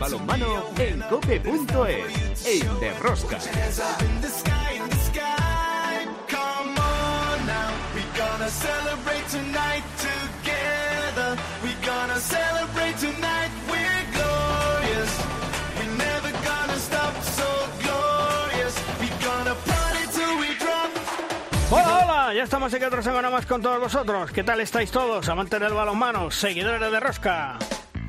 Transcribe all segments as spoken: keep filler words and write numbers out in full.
balonmano en cope punto es, en De Rosca. Hola, hola, ya estamos aquí otra semana más con todos vosotros. ¿Qué tal estáis todos, amantes del balonmano, seguidores de De Rosca?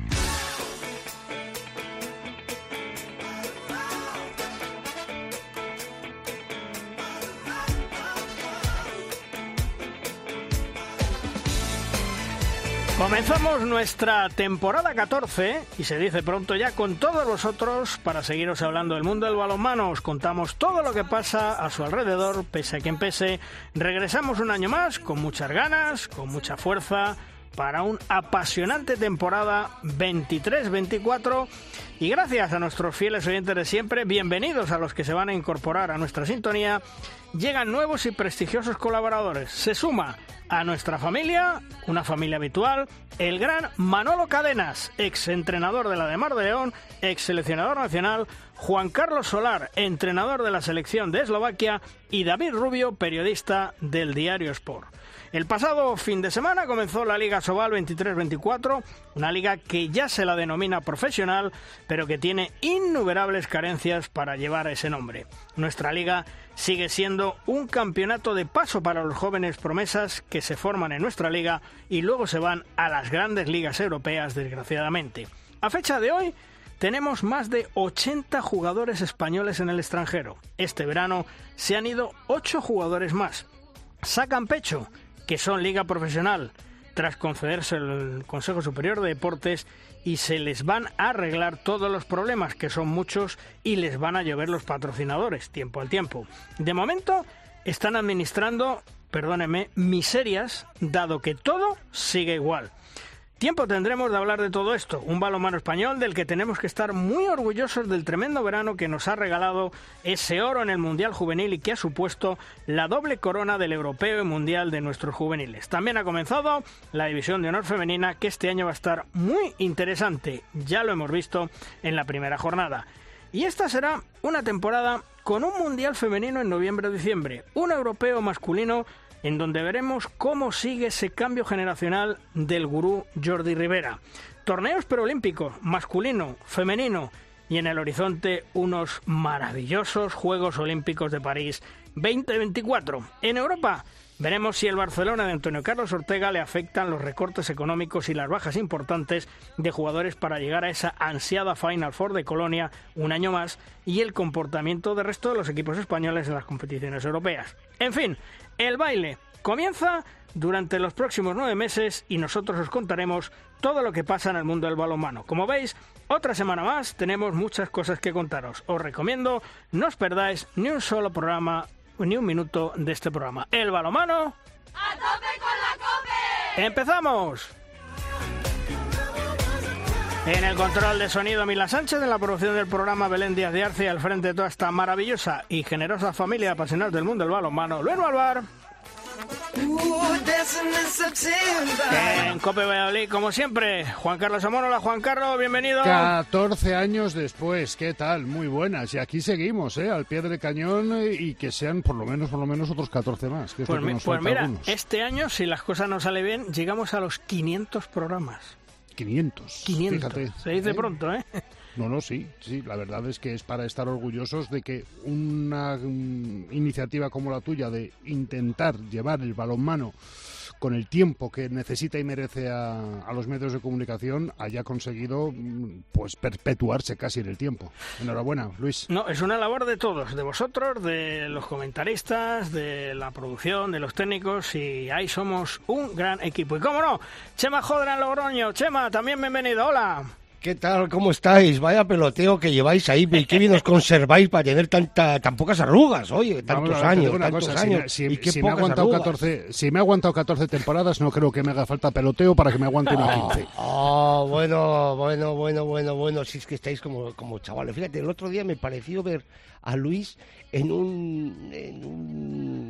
Comenzamos nuestra temporada catorce, y se dice pronto ya, con todos vosotros para seguiros hablando del mundo del balonmano. Os contamos todo lo que pasa a su alrededor, pese a quien pese. Regresamos un año más, con muchas ganas, con mucha fuerza, para una apasionante temporada veintitrés veinticuatro. Y gracias a nuestros fieles oyentes de siempre, bienvenidos a los que se van a incorporar a nuestra sintonía. Llegan nuevos y prestigiosos colaboradores. Se suma a nuestra familia, una familia habitual, el gran Manolo Cadenas, ex entrenador de la de Mar de León, ex seleccionador nacional, Juan Carlos Solar, entrenador de la selección de Eslovaquia, y David Rubio, periodista del diario Sport. El pasado fin de semana comenzó la Liga Sobal veintitrés veinticuatro, una liga que ya se la denomina profesional, pero que tiene innumerables carencias para llevar ese nombre. Nuestra liga sigue siendo un campeonato de paso para los jóvenes promesas que se forman en nuestra liga y luego se van a las grandes ligas europeas, desgraciadamente. A fecha de hoy tenemos más de ochenta jugadores españoles en el extranjero. Este verano se han ido ocho jugadores más. Sacan pecho que son liga profesional tras concederse el Consejo Superior de Deportes y se les van a arreglar todos los problemas, que son muchos, y les van a llover los patrocinadores, tiempo al tiempo. De momento están administrando, perdónenme, miserias, dado que todo sigue igual. Tiempo tendremos de hablar de todo esto, un balonmano español del que tenemos que estar muy orgullosos del tremendo verano que nos ha regalado ese oro en el Mundial Juvenil y que ha supuesto la doble corona del Europeo y Mundial de nuestros juveniles. También ha comenzado la División de Honor Femenina, que este año va a estar muy interesante, ya lo hemos visto en la primera jornada. Y esta será una temporada con un Mundial Femenino en noviembre-diciembre, un Europeo masculino en donde veremos cómo sigue ese cambio generacional del gurú Jordi Rivera. Torneos preolímpicos, masculino, femenino, y en el horizonte unos maravillosos Juegos Olímpicos de París veinte veinticuatro. En Europa veremos si el Barcelona de Antonio Carlos Ortega le afectan los recortes económicos y las bajas importantes de jugadores para llegar a esa ansiada Final Four de Colonia un año más, y el comportamiento del resto de los equipos españoles en las competiciones europeas. En fin, el baile comienza durante los próximos nueve meses y nosotros os contaremos todo lo que pasa en el mundo del balonmano. Como veis, otra semana más tenemos muchas cosas que contaros. Os recomiendo no os perdáis ni un solo programa, ni un minuto de este programa. El balonmano ¡a tope con la COPE! ¡Empezamos! En el control de sonido, Mila Sánchez, en la producción del programa, Belén Díaz de Arce, al frente de toda esta maravillosa y generosa familia de apasionados del mundo del balonmano, Luis Malvar. En Cope Valladolid, como siempre, Juan Carlos Amón. Hola, Juan Carlos, bienvenido. catorce años después, ¿qué tal? Muy buenas. Y aquí seguimos, ¿eh? Al pie del cañón, y que sean por lo menos por lo menos otros catorce más. Que es pues lo que nos pues falta mira, algunos. Este año, si las cosas no salen bien, llegamos a los quinientos programas. quinientos. quinientos. Fíjate. Se dice ¿Eh? pronto, ¿eh? No, no, sí, sí, la verdad es que es para estar orgullosos de que una um, iniciativa como la tuya de intentar llevar el balonmano con el tiempo que necesita y merece a, a los medios de comunicación haya conseguido pues perpetuarse casi en el tiempo. Enhorabuena, Luis. No, es una labor de todos, de vosotros, de los comentaristas, de la producción, de los técnicos, y ahí somos un gran equipo. Y cómo no, Chema Jodra en Logroño. Chema, también bienvenido, hola. ¿Qué tal? ¿Cómo estáis? Vaya peloteo que lleváis ahí, y qué bien os conserváis para tener tanta, tan pocas arrugas, oye, tantos Vamos, años, una tantos cosa, años, si, me- y qué si me ha pocas aguantado arrugas. catorce, si me ha aguantado catorce temporadas, no creo que me haga falta peloteo para que me aguante una quince. Ah, bueno, bueno, bueno, bueno, bueno, si es que estáis como, como chavales. Fíjate, el otro día me pareció ver a Luis en un, en un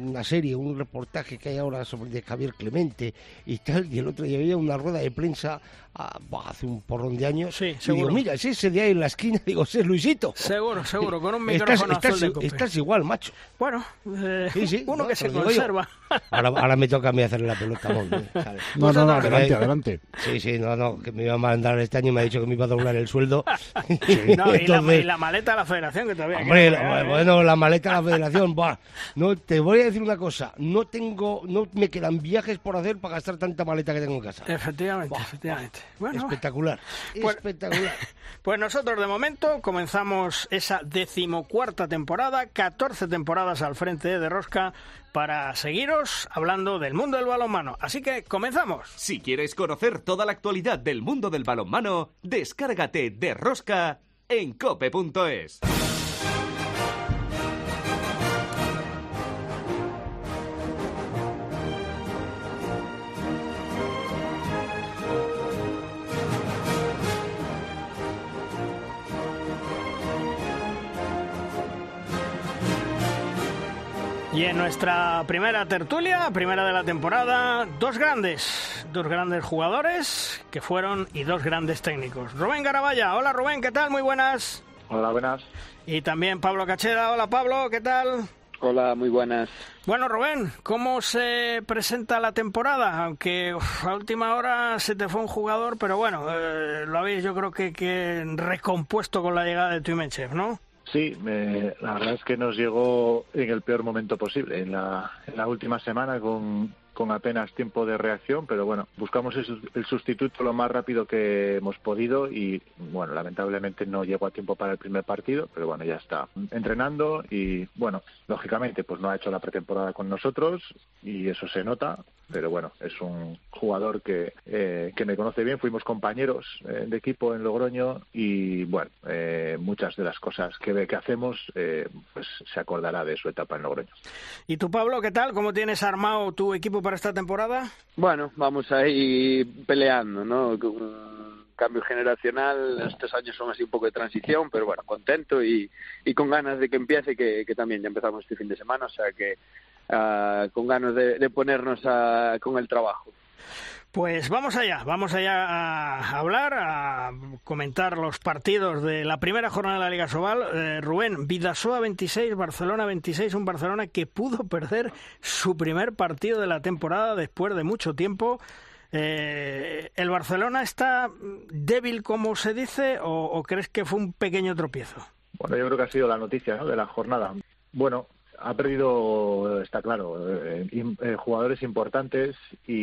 una serie, un reportaje que hay ahora sobre de Javier Clemente y tal, y el otro día había una rueda de prensa ah, bah, hace un porrón de años, sí, y seguro. digo, mira, es ese de ahí en la esquina, digo, ese es Luisito. Seguro, seguro, con un micrófono estás, azul estás, de Cope. estás igual, macho. Bueno, eh, sí, sí, uno no, que se digo conserva. Ahora, ahora me toca a mí hacerle la pelota, ¿no? ¿Sabes? No, no, no, adelante, me... adelante. Sí, sí, no, no, que me iba a mandar este año y me ha dicho que me iba a doblar el sueldo. Sí. No, y, Entonces... la, y la maleta a la federación, que todavía Hombre, queda, la, ¿eh? bueno, la maleta a la federación, buah, no, te voy a decir una cosa, no tengo, no me quedan viajes por hacer para gastar tanta maleta que tengo en casa. Efectivamente, Buah, efectivamente. Buah, Bueno, espectacular, pues, espectacular. Pues nosotros de momento comenzamos esa decimocuarta temporada, catorce temporadas al frente de Rosca, para seguiros hablando del mundo del balonmano. Así que comenzamos. Si quieres conocer toda la actualidad del mundo del balonmano, descárgate de Rosca en cope punto es. Y en nuestra primera tertulia, primera de la temporada, dos grandes, dos grandes jugadores que fueron y dos grandes técnicos. Rubén Garabaya, hola Rubén, ¿qué tal? Muy buenas. Hola, buenas. Y también Pablo Cacheda, hola Pablo, ¿qué tal? Hola, muy buenas. Bueno, Rubén, ¿cómo se presenta la temporada? Aunque uf, a última hora se te fue un jugador, pero bueno, eh, lo habéis yo creo que, que recompuesto con la llegada de Tuimenchev, ¿no? Sí, me, la verdad es que nos llegó en el peor momento posible, en la, en la última semana con, con apenas tiempo de reacción, pero bueno, buscamos el, el sustituto lo más rápido que hemos podido y bueno, lamentablemente no llegó a tiempo para el primer partido, pero bueno, ya está entrenando y bueno, lógicamente pues no ha hecho la pretemporada con nosotros y eso se nota, pero bueno, es un jugador que, eh, que me conoce bien, fuimos compañeros eh, de equipo en Logroño y bueno, eh, muchas de las cosas que ve que hacemos eh, pues se acordará de su etapa en Logroño. ¿Y tú, Pablo, qué tal? ¿Cómo tienes armado tu equipo para esta temporada? Bueno, vamos ahí peleando, ¿no? Con un cambio generacional, estos años son así un poco de transición, pero bueno, contento y, y con ganas de que empiece, que, que también ya empezamos este fin de semana, o sea que uh, con ganas de, de ponernos a, con el trabajo. Pues vamos allá, vamos allá a hablar, a comentar los partidos de la primera jornada de la Liga Sobal. Eh, Rubén, Bidasoa veintiséis, Barcelona veintiséis, un Barcelona que pudo perder su primer partido de la temporada después de mucho tiempo. Eh, ¿El Barcelona está débil, como se dice, o, o crees que fue un pequeño tropiezo? Bueno, yo creo que ha sido la noticia, ¿no?, de la jornada. Bueno, ha perdido, está claro, eh, eh, jugadores importantes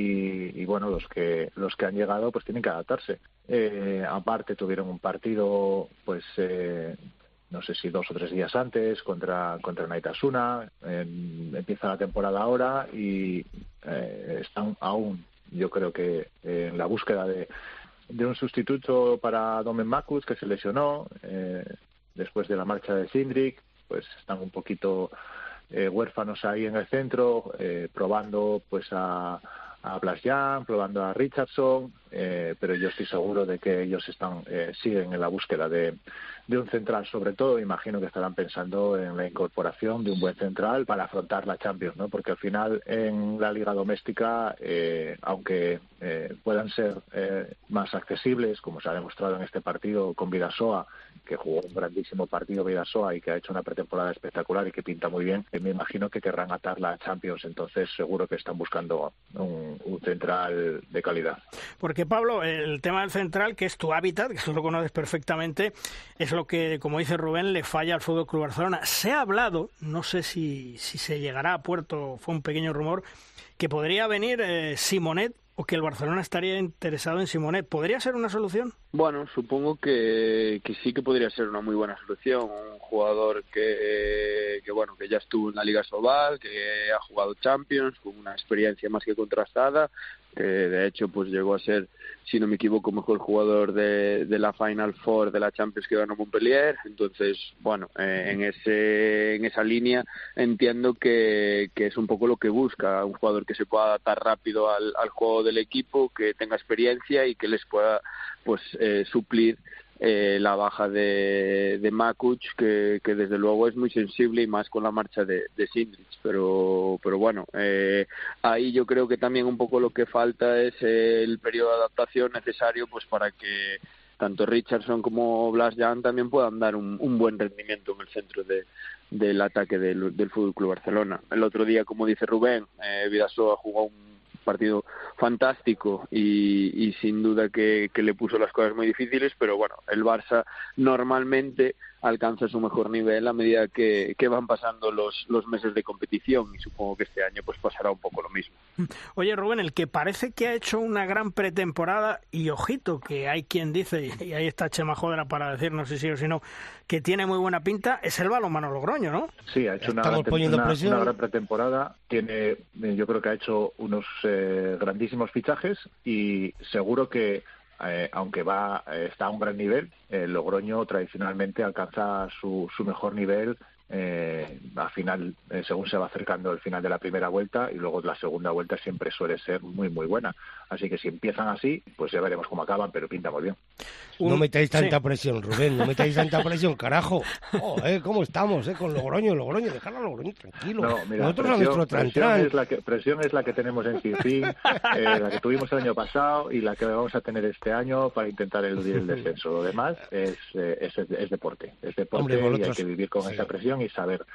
y, y bueno, los que los que han llegado pues tienen que adaptarse. Eh, aparte tuvieron un partido, pues eh, no sé si dos o tres días antes contra contra Naitasuna. Eh, empieza la temporada ahora y eh, están aún, yo creo que eh, en la búsqueda de, de un sustituto para Domen Makus, que se lesionó eh, después de la marcha de Sindrik. Pues están un poquito eh, huérfanos ahí en el centro, eh, probando pues a, a Blasjan, probando a Richardson, eh, pero yo estoy seguro de que ellos están eh, siguen en la búsqueda de, de un central. Sobre todo imagino que estarán pensando en la incorporación de un buen central para afrontar la Champions, ¿no? Porque al final en la liga doméstica, eh, aunque eh, puedan ser eh, más accesibles, como se ha demostrado en este partido con Bidasoa, que jugó un grandísimo partido Bidasoa y que ha hecho una pretemporada espectacular y que pinta muy bien, eh, me imagino que querrán atar la Champions, entonces seguro que están buscando un, un central de calidad. Porque Pablo, el tema del central, que es tu hábitat, que tú lo conoces perfectamente, es lo que, como dice Rubén, le falla al F C Barcelona. Se ha hablado, no sé si, si se llegará a puerto, fue un pequeño rumor, que podría venir eh, Simonet, o que el Barcelona estaría interesado en Simonet. ¿Podría ser una solución? Bueno, supongo que, que sí que podría ser una muy buena solución. Un jugador que, que bueno, que ya estuvo en la Liga Sobal, que ha jugado Champions, con una experiencia más que contrastada, que de hecho pues llegó a ser, si no me equivoco, mejor jugador de, de la Final Four de la Champions que ganó Montpellier. Entonces, bueno, eh, en ese en esa línea entiendo que, que es un poco lo que busca, un jugador que se pueda adaptar rápido al, al juego del equipo, que tenga experiencia y que les pueda pues eh, suplir eh, la baja de, de Makuc, que, que desde luego es muy sensible y más con la marcha de, de Sindrich, pero pero bueno, eh, ahí yo creo que también un poco lo que falta es el periodo de adaptación necesario pues para que tanto Richardson como Blas Jan también puedan dar un, un buen rendimiento en el centro de, del ataque del, del F C Barcelona. El otro día, como dice Rubén, eh, Vidasoa jugó un partido fantástico y, y sin duda que, que le puso las cosas muy difíciles, pero bueno, el Barça normalmente alcanza su mejor nivel a medida que, que van pasando los, los meses de competición, y supongo que este año pues pasará un poco lo mismo. Oye, Rubén, el que parece que ha hecho una gran pretemporada, y ojito, que hay quien dice, y ahí está Chema Jodera para decirnos si sí o si no, que tiene muy buena pinta, es el balonmano Logroño, ¿no? Sí, ha hecho una gran, una, una gran pretemporada, tiene, yo creo que ha hecho unos eh, grandísimos fichajes, y seguro que Eh, aunque va eh, está a un gran nivel, eh, Logroño tradicionalmente alcanza su, su mejor nivel eh, a final, eh, según se va acercando el final de la primera vuelta, y luego la segunda vuelta siempre suele ser muy muy buena. Así que si empiezan así, pues ya veremos cómo acaban, pero pinta muy bien. No metáis tanta sí. presión, Rubén, no metáis tanta presión, carajo. Oh, eh, ¿Cómo estamos eh, con Logroño? Logroño, dejadlo a Logroño tranquilo. No, mira, Nosotros presión, a nuestro tran presión, es la que, presión es la que tenemos en Sinfín, eh, la que tuvimos el año pasado y la que vamos a tener este año para intentar eludir el descenso. Lo demás es, eh, es, es deporte, es deporte. Hombre, y hay que vivir con sí. esa presión y saber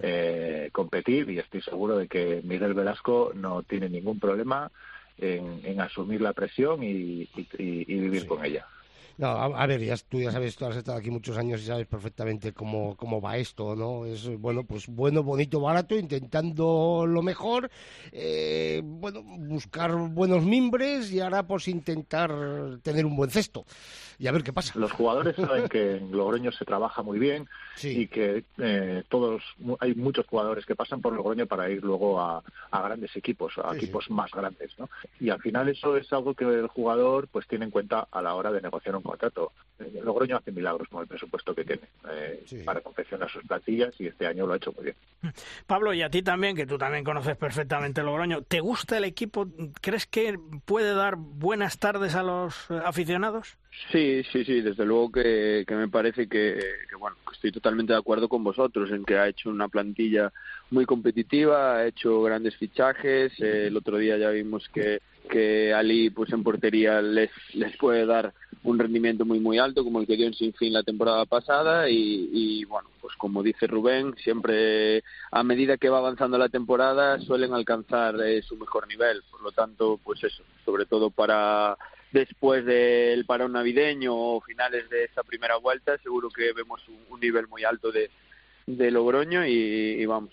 eh, competir, y estoy seguro de que Miguel Velasco no tiene ningún problema en, en asumir la presión y, y, y vivir sí. con ella. No, a, a ver, ya, tú ya sabes, tú has estado aquí muchos años y sabes perfectamente cómo, cómo va esto, ¿no? Es, bueno, pues bueno, bonito, barato, intentando lo mejor, eh, bueno, buscar buenos mimbres y ahora pues intentar tener un buen cesto y a ver qué pasa. Los jugadores saben que en Logroño se trabaja muy bien sí. y que eh, todos, hay muchos jugadores que pasan por Logroño para ir luego a, a grandes equipos, a sí, equipos sí. más grandes, ¿no? Y al final eso es algo que el jugador pues tiene en cuenta a la hora de negociar un contrato. Eh, Logroño hace milagros con el presupuesto que tiene eh, sí. para confeccionar sus plantillas, y este año lo ha hecho muy bien. Pablo, y a ti también, que tú también conoces perfectamente Logroño, ¿te gusta el equipo? ¿Crees que puede dar buenas tardes a los aficionados? Sí, sí, sí, desde luego que, que me parece que, que, bueno, que estoy totalmente de acuerdo con vosotros en que ha hecho una plantilla muy competitiva, ha hecho grandes fichajes, eh, el otro día ya vimos que, que Ali pues en portería les, les puede dar un rendimiento muy muy alto como el que dio en Sinfín la temporada pasada, y, y bueno, pues como dice Rubén, siempre a medida que va avanzando la temporada suelen alcanzar eh, su mejor nivel, por lo tanto pues eso, sobre todo para después del parón navideño o finales de esta primera vuelta, seguro que vemos un, un nivel muy alto de, de Logroño y, y vamos,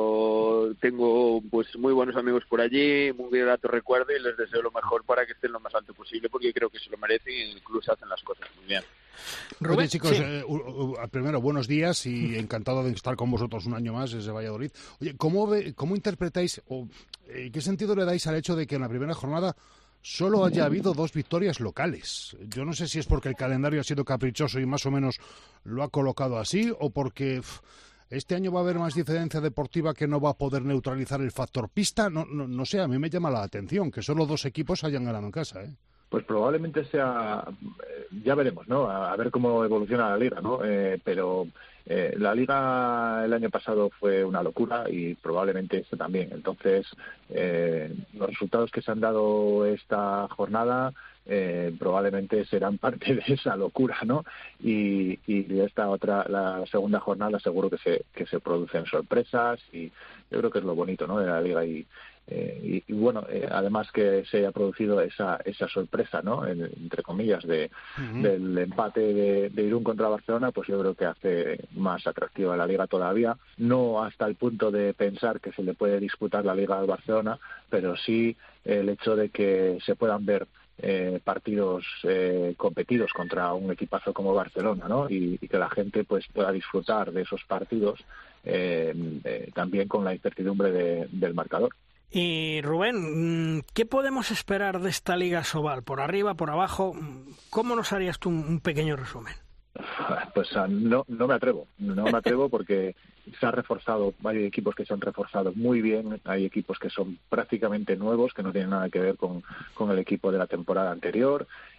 yo tengo pues muy buenos amigos por allí, muy grato recuerdo, y les deseo lo mejor para que estén lo más alto posible, porque creo que se lo merecen y incluso hacen las cosas muy bien. Rubén, Oye, chicos, sí. eh, uh, uh, primero, buenos días y encantado de estar con vosotros un año más desde Valladolid. Oye, ¿cómo, ve, cómo interpretáis o eh, qué sentido le dais al hecho de que en la primera jornada solo haya habido dos victorias locales? Yo no sé si es porque el calendario ha sido caprichoso y más o menos lo ha colocado así, o porque pff, este año va a haber más diferencia deportiva que no va a poder neutralizar el factor pista. No, no, no sé, a mí me llama la atención que solo dos equipos hayan ganado en casa, ¿eh? Pues probablemente sea, ya veremos, ¿no? A, a ver cómo evoluciona la liga, ¿no? Eh, pero eh, la liga el año pasado fue una locura y probablemente esto también. Entonces, eh, los resultados que se han dado esta jornada eh, probablemente serán parte de esa locura, ¿no? Y, y esta otra, la segunda jornada, seguro que se que se producen sorpresas, y yo creo que es lo bonito, ¿no?, de la liga. Y Eh, y, y bueno, eh, además que se haya producido esa esa sorpresa, ¿no?, en, entre comillas, de uh-huh. del empate de, de Irún contra Barcelona, pues yo creo que hace más atractiva la liga todavía, no hasta el punto de pensar que se le puede disputar la liga al Barcelona, pero sí el hecho de que se puedan ver eh, partidos eh, competidos contra un equipazo como Barcelona, ¿no?, y, y que la gente pues pueda disfrutar de esos partidos eh, eh, también con la incertidumbre de, del marcador. Y Rubén, ¿qué podemos esperar de esta Liga Sobal? ¿Por arriba, por abajo? ¿Cómo nos harías tú un pequeño resumen? Pues no, no me atrevo, no me atrevo porque se ha reforzado, hay equipos que se han reforzado muy bien, hay equipos que son prácticamente nuevos, que no tienen nada que ver con, con el equipo de la temporada anterior,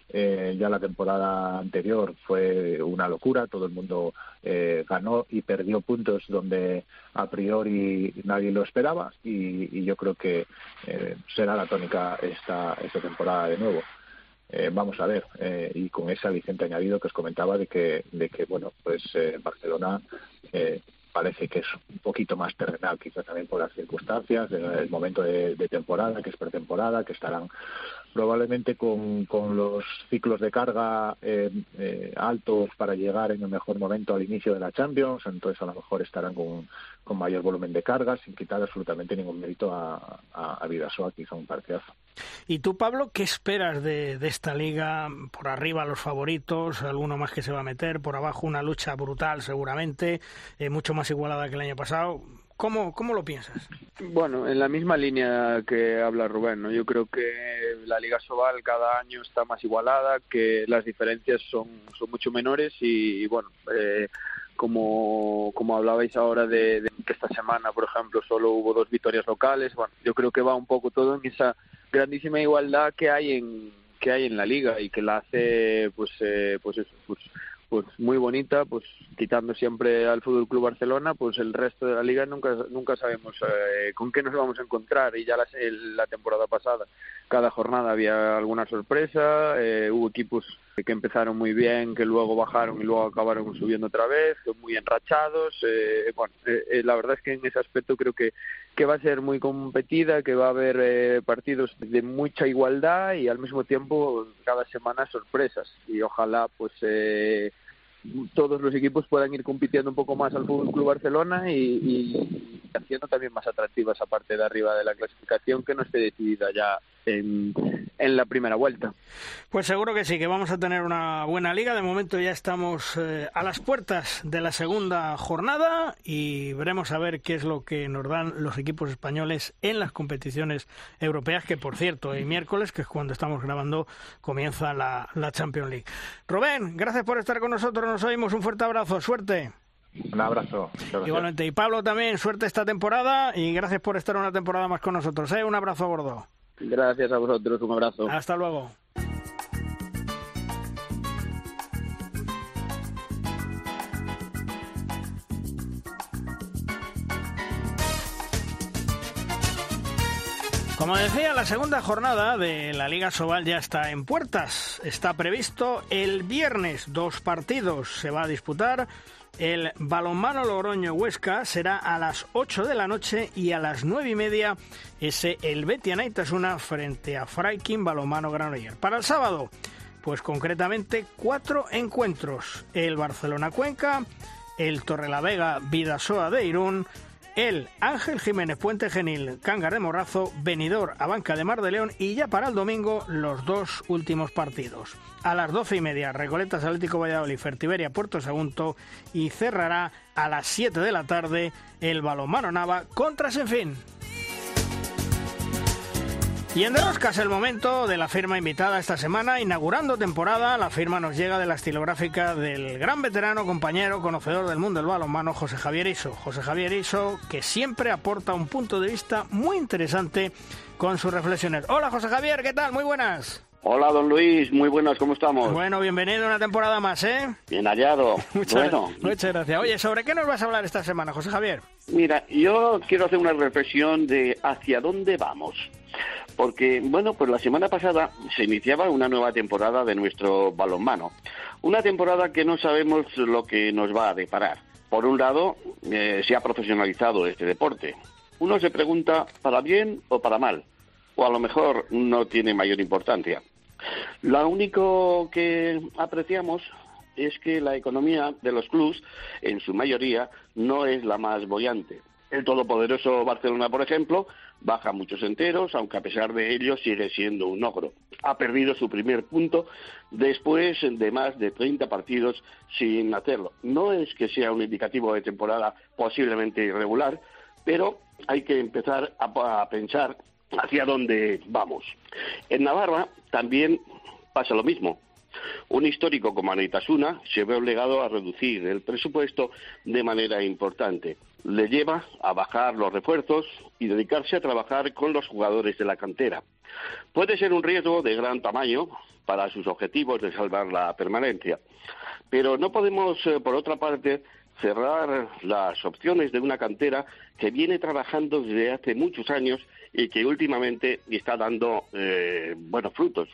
Eh, ya la temporada anterior fue una locura, todo el mundo eh, ganó y perdió puntos donde a priori nadie lo esperaba y, y yo creo que eh, será la tónica esta, esta temporada de nuevo. Eh, vamos a ver, eh, y con ese aliciente añadido que os comentaba de que, de que bueno, pues eh, Barcelona eh, parece que es un poquito más terrenal, quizás también por las circunstancias, el momento de, de temporada, que es pretemporada, que estarán probablemente con, con los ciclos de carga eh, eh, altos para llegar en el mejor momento al inicio de la Champions, entonces a lo mejor estarán con, con mayor volumen de carga, sin quitar absolutamente ningún mérito a, a, a Bidasoa, que hizo un partidazo. ¿Y tú, Pablo, qué esperas de, de esta liga? Por arriba los favoritos, alguno más que se va a meter, por abajo una lucha brutal seguramente, eh, mucho más igualada que el año pasado. ¿Cómo, ¿Cómo lo piensas? Bueno, en la misma línea que habla Rubén, ¿no? Yo creo que la Liga Sobal cada año está más igualada, que las diferencias son, son mucho menores y, y bueno, eh, como, como hablabais ahora de, de que esta semana, por ejemplo, solo hubo dos victorias locales, bueno, yo creo que va un poco todo en esa grandísima igualdad que hay en que hay en la liga y que la hace pues eh, pues eso, pues pues muy bonita, pues quitando siempre al Fútbol Club Barcelona, pues el resto de la liga nunca nunca sabemos eh, con qué nos vamos a encontrar y ya la, la temporada pasada cada jornada había alguna sorpresa, eh, hubo equipos que empezaron muy bien, que luego bajaron y luego acabaron subiendo otra vez, muy enrachados, eh, bueno, eh, la verdad es que en ese aspecto creo que, que va a ser muy competida, que va a haber eh, partidos de mucha igualdad y al mismo tiempo cada semana sorpresas y ojalá pues eh, todos los equipos puedan ir compitiendo un poco más al Fútbol Club Barcelona y, y haciendo también más atractiva esa parte de arriba de la clasificación que no esté decidida ya en, en la primera vuelta. Pues seguro que sí, que vamos a tener una buena liga. De momento ya estamos eh, a las puertas de la segunda jornada y veremos a ver qué es lo que nos dan los equipos españoles en las competiciones europeas, que por cierto, el miércoles, que es cuando estamos grabando, comienza la, la Champions League. Rubén, gracias por estar con nosotros, nos oímos, un fuerte abrazo, suerte. Un abrazo. Igualmente, y Pablo también, suerte esta temporada y gracias por estar una temporada más con nosotros, ¿eh? Un abrazo gordo. Gracias a vosotros, un abrazo. Hasta luego. Como decía, la segunda jornada de la Liga Sobal ya está en puertas. Está previsto el viernes dos partidos. Se va a disputar el Balonmano Logroño-Huesca, será a las ocho de la noche y a las nueve y media ese el Betia Naitasuna frente a Freikin Balonmano Granollers. Para el sábado, pues concretamente cuatro encuentros: el Barcelona-Cuenca, el Torrelavega Bidasoa de Irún, el Ángel Jiménez Puente Genil Cángar de Morrazo, Benidorm Abanca de Mar de León y ya para el domingo los dos últimos partidos. A las doce y media Recoletas Atlético Valladolid Fertiberia Puerto Sagunto y cerrará a las siete de la tarde el Balonmano Nava contra Senfín. Y en De Rosca es el momento de la firma invitada esta semana, inaugurando temporada. La firma nos llega de la estilográfica del gran veterano, compañero, conocedor del mundo del balonmano, José Javier Iso. José Javier Iso, que siempre aporta un punto de vista muy interesante con sus reflexiones. Hola José Javier, ¿qué tal? Muy buenas. Hola, don Luis, muy buenas, ¿cómo estamos? Bueno, bienvenido a una temporada más, ¿eh? Bien hallado. Muchas, bueno. muchas gracias. Oye, ¿sobre qué nos vas a hablar esta semana, José Javier? Mira, yo quiero hacer una reflexión de hacia dónde vamos. Porque, bueno, pues la semana pasada se iniciaba una nueva temporada de nuestro balonmano. Una temporada que no sabemos lo que nos va a deparar. Por un lado, eh, se ha profesionalizado este deporte. Uno se pregunta, ¿para bien o para mal? O a lo mejor no tiene mayor importancia. Lo único que apreciamos es que la economía de los clubs, en su mayoría, no es la más boyante. El todopoderoso Barcelona, por ejemplo, baja muchos enteros, aunque a pesar de ello sigue siendo un ogro. Ha perdido su primer punto después de más de treinta partidos sin hacerlo. No es que sea un indicativo de temporada posiblemente irregular, pero hay que empezar a, a pensar hacia dónde vamos. En Navarra también pasa lo mismo. Un histórico como Anaitasuna se ve obligado a reducir el presupuesto de manera importante. le lleva a bajar los refuerzos y dedicarse a trabajar con los jugadores de la cantera. Puede ser un riesgo de gran tamaño para sus objetivos de salvar la permanencia, pero no podemos, eh, por otra parte, cerrar las opciones de una cantera que viene trabajando desde hace muchos años y que últimamente está dando eh, buenos frutos.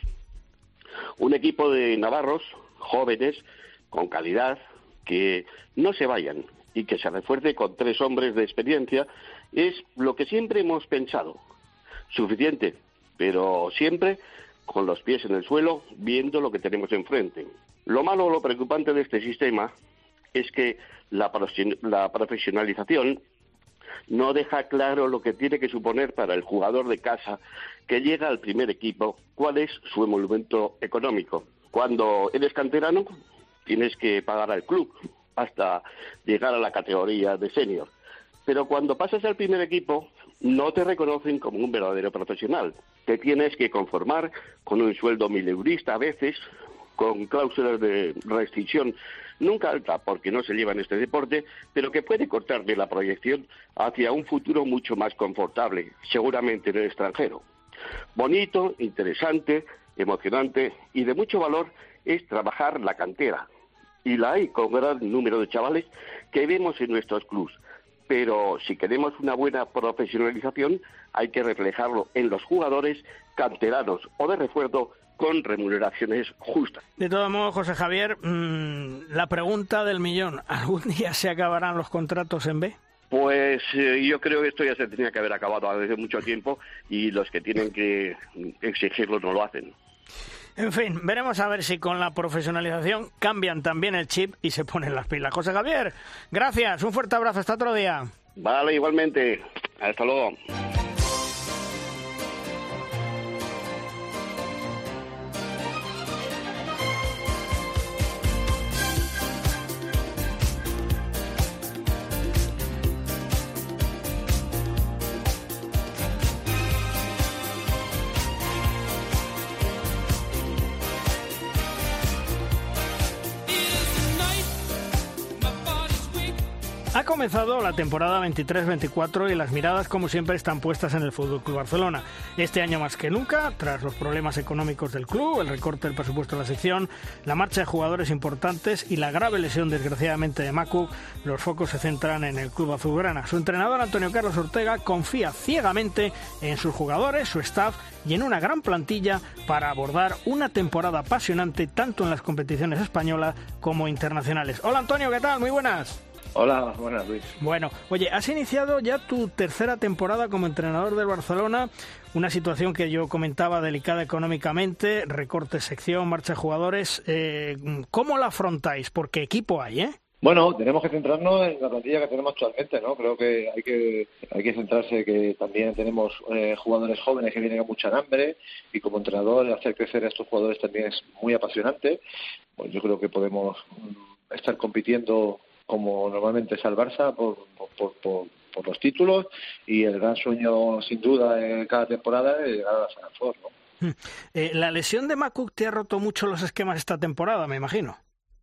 Un equipo de navarros jóvenes, con calidad, que no se vayan y que se refuerce con tres hombres de experiencia, es lo que siempre hemos pensado. Suficiente, pero siempre con los pies en el suelo, viendo lo que tenemos enfrente. Lo malo o lo preocupante de este sistema es que la, la profesionalización no deja claro lo que tiene que suponer para el jugador de casa que llega al primer equipo, cuál es su emolumento económico. Cuando eres canterano, tienes que pagar al club hasta llegar a la categoría de senior. Pero cuando pasas al primer equipo, no te reconocen como un verdadero profesional. Te tienes que conformar con un sueldo mileurista a veces, con cláusulas de rescisión nunca alta porque no se lleva en este deporte, pero que puede cortarle la proyección hacia un futuro mucho más confortable, seguramente en el extranjero. Bonito, interesante, emocionante y de mucho valor es trabajar la cantera. Y la hay con gran número de chavales que vemos en nuestros clubs. Pero si queremos una buena profesionalización, hay que reflejarlo en los jugadores canteranos o de refuerzo con remuneraciones justas. De todo modo, José Javier, mmm, la pregunta del millón, ¿algún día se acabarán los contratos en B? Pues eh, yo creo que esto ya se tenía que haber acabado hace mucho tiempo y los que tienen que exigirlo no lo hacen. En fin, veremos a ver si con la profesionalización cambian también el chip y se ponen las pilas. José Javier, gracias, un fuerte abrazo, hasta otro día. Vale, igualmente, hasta luego. Ha comenzado la temporada veintitrés veinticuatro y las miradas, como siempre, están puestas en el F C Barcelona. Este año más que nunca, tras los problemas económicos del club, el recorte del presupuesto de la sección, la marcha de jugadores importantes y la grave lesión, desgraciadamente, de Macu, los focos se centran en el club azulgrana. Su entrenador, Antonio Carlos Ortega, confía ciegamente en sus jugadores, su staff y en una gran plantilla para abordar una temporada apasionante tanto en las competiciones españolas como internacionales. Hola Antonio, ¿qué tal? Muy buenas. Hola, buenas Luis. Bueno, oye, has iniciado ya tu tercera temporada como entrenador del Barcelona, una situación que yo comentaba delicada económicamente, recorte sección, marcha de jugadores. Eh, ¿Cómo la afrontáis? Porque equipo hay, ¿eh? Bueno, tenemos que centrarnos en la plantilla que tenemos actualmente, ¿no? Creo que hay que hay que centrarse que también tenemos eh, jugadores jóvenes que vienen con mucha hambre y como entrenador hacer crecer a estos jugadores también es muy apasionante. Pues yo creo que podemos estar compitiendo como normalmente es el Barça, por, por, por, por los títulos, y el gran sueño, sin duda, en cada temporada es llegar a la Final Four, ¿no? Eh, la lesión de Macu te ha roto mucho los esquemas esta temporada, me imagino.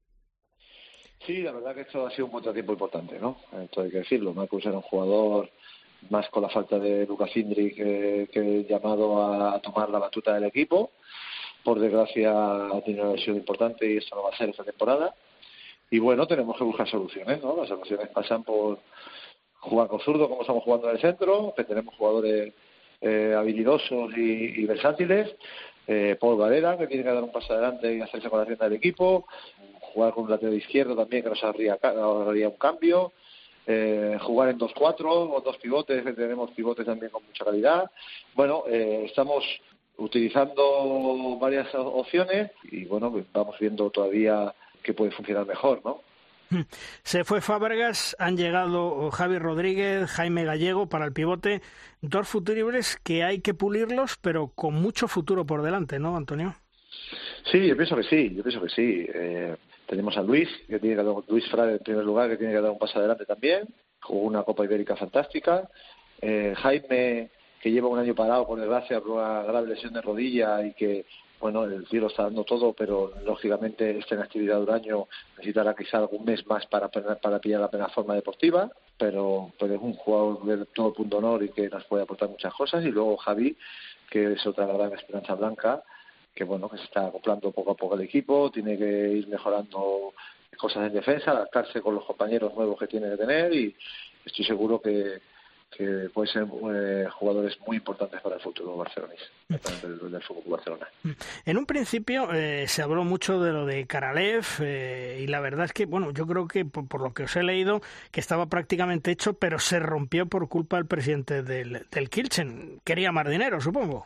Sí, la verdad que esto ha sido un contratiempo importante, ¿no? Esto hay que decirlo. Macu era un jugador más con la falta de Lucas Indri que, que llamado a tomar la batuta del equipo. Por desgracia ha tenido una lesión importante y esto no va a ser esta temporada. Y bueno, tenemos que buscar soluciones, ¿no? Las soluciones pasan por jugar con zurdo como estamos jugando en el centro, que tenemos jugadores eh, habilidosos y, y versátiles, eh, Paul Varela, que tiene que dar un paso adelante y hacerse con la rienda del equipo, jugar con un lateral izquierdo también, que nos haría, haría un cambio, eh, jugar en dos cuatro o dos pivotes, que tenemos pivotes también con mucha calidad. Bueno, eh, estamos utilizando varias opciones y bueno, pues vamos viendo todavía que puede funcionar mejor, ¿no? Se fue Fábregas, han llegado Javi Rodríguez, Jaime Gallego para el pivote, dos futuribles que hay que pulirlos, pero con mucho futuro por delante, ¿no, Antonio? Sí, yo pienso que sí, yo pienso que sí. Eh, tenemos a Luis, que tiene que dar, Luis Frade en primer lugar, que tiene que dar un paso adelante también, jugó una Copa Ibérica fantástica. Eh, Jaime, que lleva un año parado, por desgracia, por una grave lesión de rodilla y que bueno, el tío lo está dando todo, pero lógicamente está en actividad de un año, necesitará quizá algún mes más para, para pillar la plena forma deportiva. pero, pero es un jugador de todo punto honor y que nos puede aportar muchas cosas. Y luego Javi, que es otra gran esperanza blanca, que bueno, que se está acoplando poco a poco al equipo, tiene que ir mejorando cosas en defensa, adaptarse con los compañeros nuevos que tiene que tener, y estoy seguro que, que pueden ser eh, jugadores muy importantes para el futuro barcelonés, del, del Fútbol Barcelona. En un principio eh, se habló mucho de lo de Karalev eh, y la verdad es que, bueno, yo creo que por, por lo que os he leído, que estaba prácticamente hecho, pero se rompió por culpa del presidente del, del Kielce. Quería más dinero, supongo.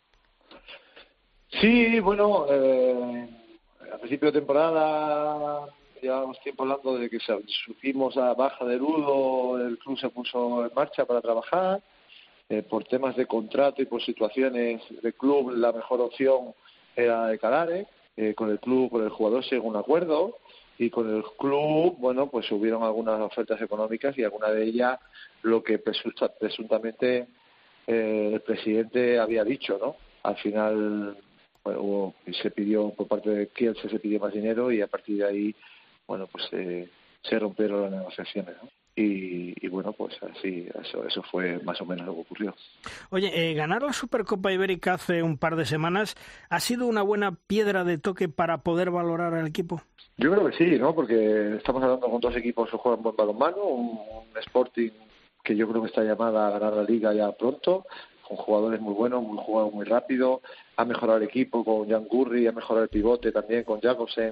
Sí, bueno, eh, a principio de temporada llevábamos tiempo hablando de que supimos la baja de Ludo, el club se puso en marcha para trabajar. Eh, por temas de contrato y por situaciones de club, la mejor opción era de Karalev. Eh, con el club, con el jugador se llegó a un acuerdo, y con el club, bueno, pues hubieron algunas ofertas económicas, y alguna de ellas lo que presunta, presuntamente eh, el presidente había dicho, ¿no? Al final, bueno, hubo, se pidió por parte de Kielce, se pidió más dinero, y a partir de ahí, bueno, pues eh, se rompieron las negociaciones, ¿no? Y, y bueno, pues así, eso, eso fue más o menos lo que ocurrió. Oye, eh, ganar la Supercopa Ibérica hace un par de semanas, ¿ha sido una buena piedra de toque para poder valorar al equipo? Yo creo que sí, ¿no? Porque estamos hablando con dos equipos que juegan buen balonmano, un, un Sporting que yo creo que está llamada a ganar la Liga ya pronto, con jugadores muy buenos, un jugador muy rápido, ha mejorado el equipo con Jan Gurri, ha mejorado el pivote también con Jakobsen,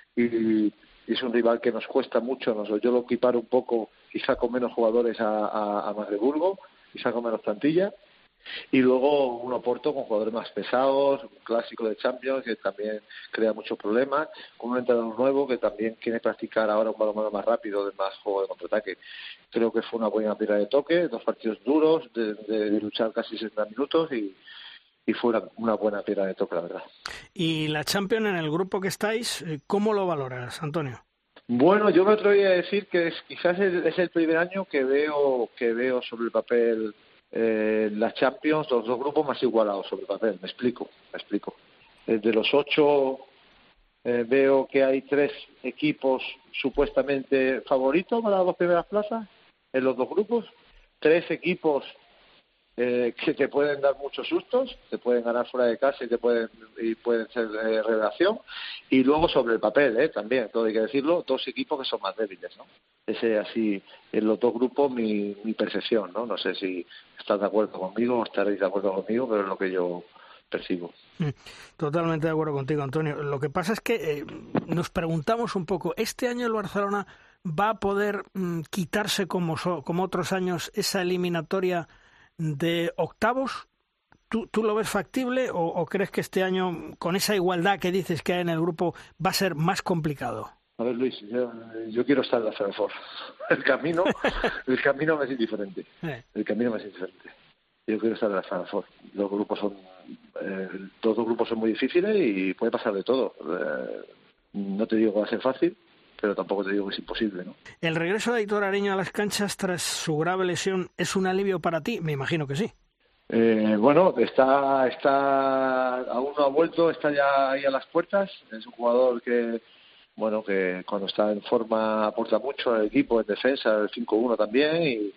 y y es un rival que nos cuesta mucho. Nos, yo lo equiparo un poco, quizá con menos jugadores a, a, a Magdeburgo, quizá con menos plantilla, y luego un Oporto con jugadores más pesados, un clásico de Champions que también crea muchos problemas, con un entrenador nuevo que también quiere practicar ahora un balonmano más rápido, de más juego de contraataque. Creo que fue una buena piedra de toque, dos partidos duros, de, de, de luchar casi sesenta minutos, y y fue una, una buena piedra de toque, la verdad. Y la Champions, en el grupo que estáis, ¿cómo lo valoras, Antonio? Bueno, yo me atrevería a decir que es, quizás es, es el primer año que veo que veo sobre el papel eh, la Champions, los dos grupos más igualados sobre el papel. Me explico, me explico. De los ocho eh, veo que hay tres equipos supuestamente favoritos para las dos primeras plazas en los dos grupos, tres equipos Eh, que te pueden dar muchos sustos, te pueden ganar fuera de casa y te pueden y pueden ser eh, revelación, y luego sobre el papel, eh, también, todo hay que decirlo, dos equipos que son más débiles, ¿no? Ese así, en los dos grupos, mi, mi percepción, ¿no? No sé si estás de acuerdo conmigo o estaréis de acuerdo conmigo, pero es lo que yo percibo. Totalmente de acuerdo contigo, Antonio. Lo que pasa es que eh, nos preguntamos un poco, ¿este año el Barcelona va a poder mm, quitarse como, so, como otros años esa eliminatoria de octavos? ¿Tú, tú lo ves factible o, o crees que este año, con esa igualdad que dices que hay en el grupo, va a ser más complicado? A ver, Luis, yo, yo quiero estar en la Final Four. El camino, el camino me es indiferente. El camino me es indiferente. Yo quiero estar en la Final Four. Los grupos son, eh, todos los grupos son muy difíciles y puede pasar de todo. Eh, no te digo que va a ser fácil, pero tampoco te digo que es imposible, ¿no? ¿El regreso de Aitor Areño a las canchas tras su grave lesión es un alivio para ti? Me imagino que sí. Eh, bueno, está, está, aún no ha vuelto, está ya ahí a las puertas. Es un jugador que, bueno, que cuando está en forma aporta mucho al equipo, en defensa, el cinco uno también, y,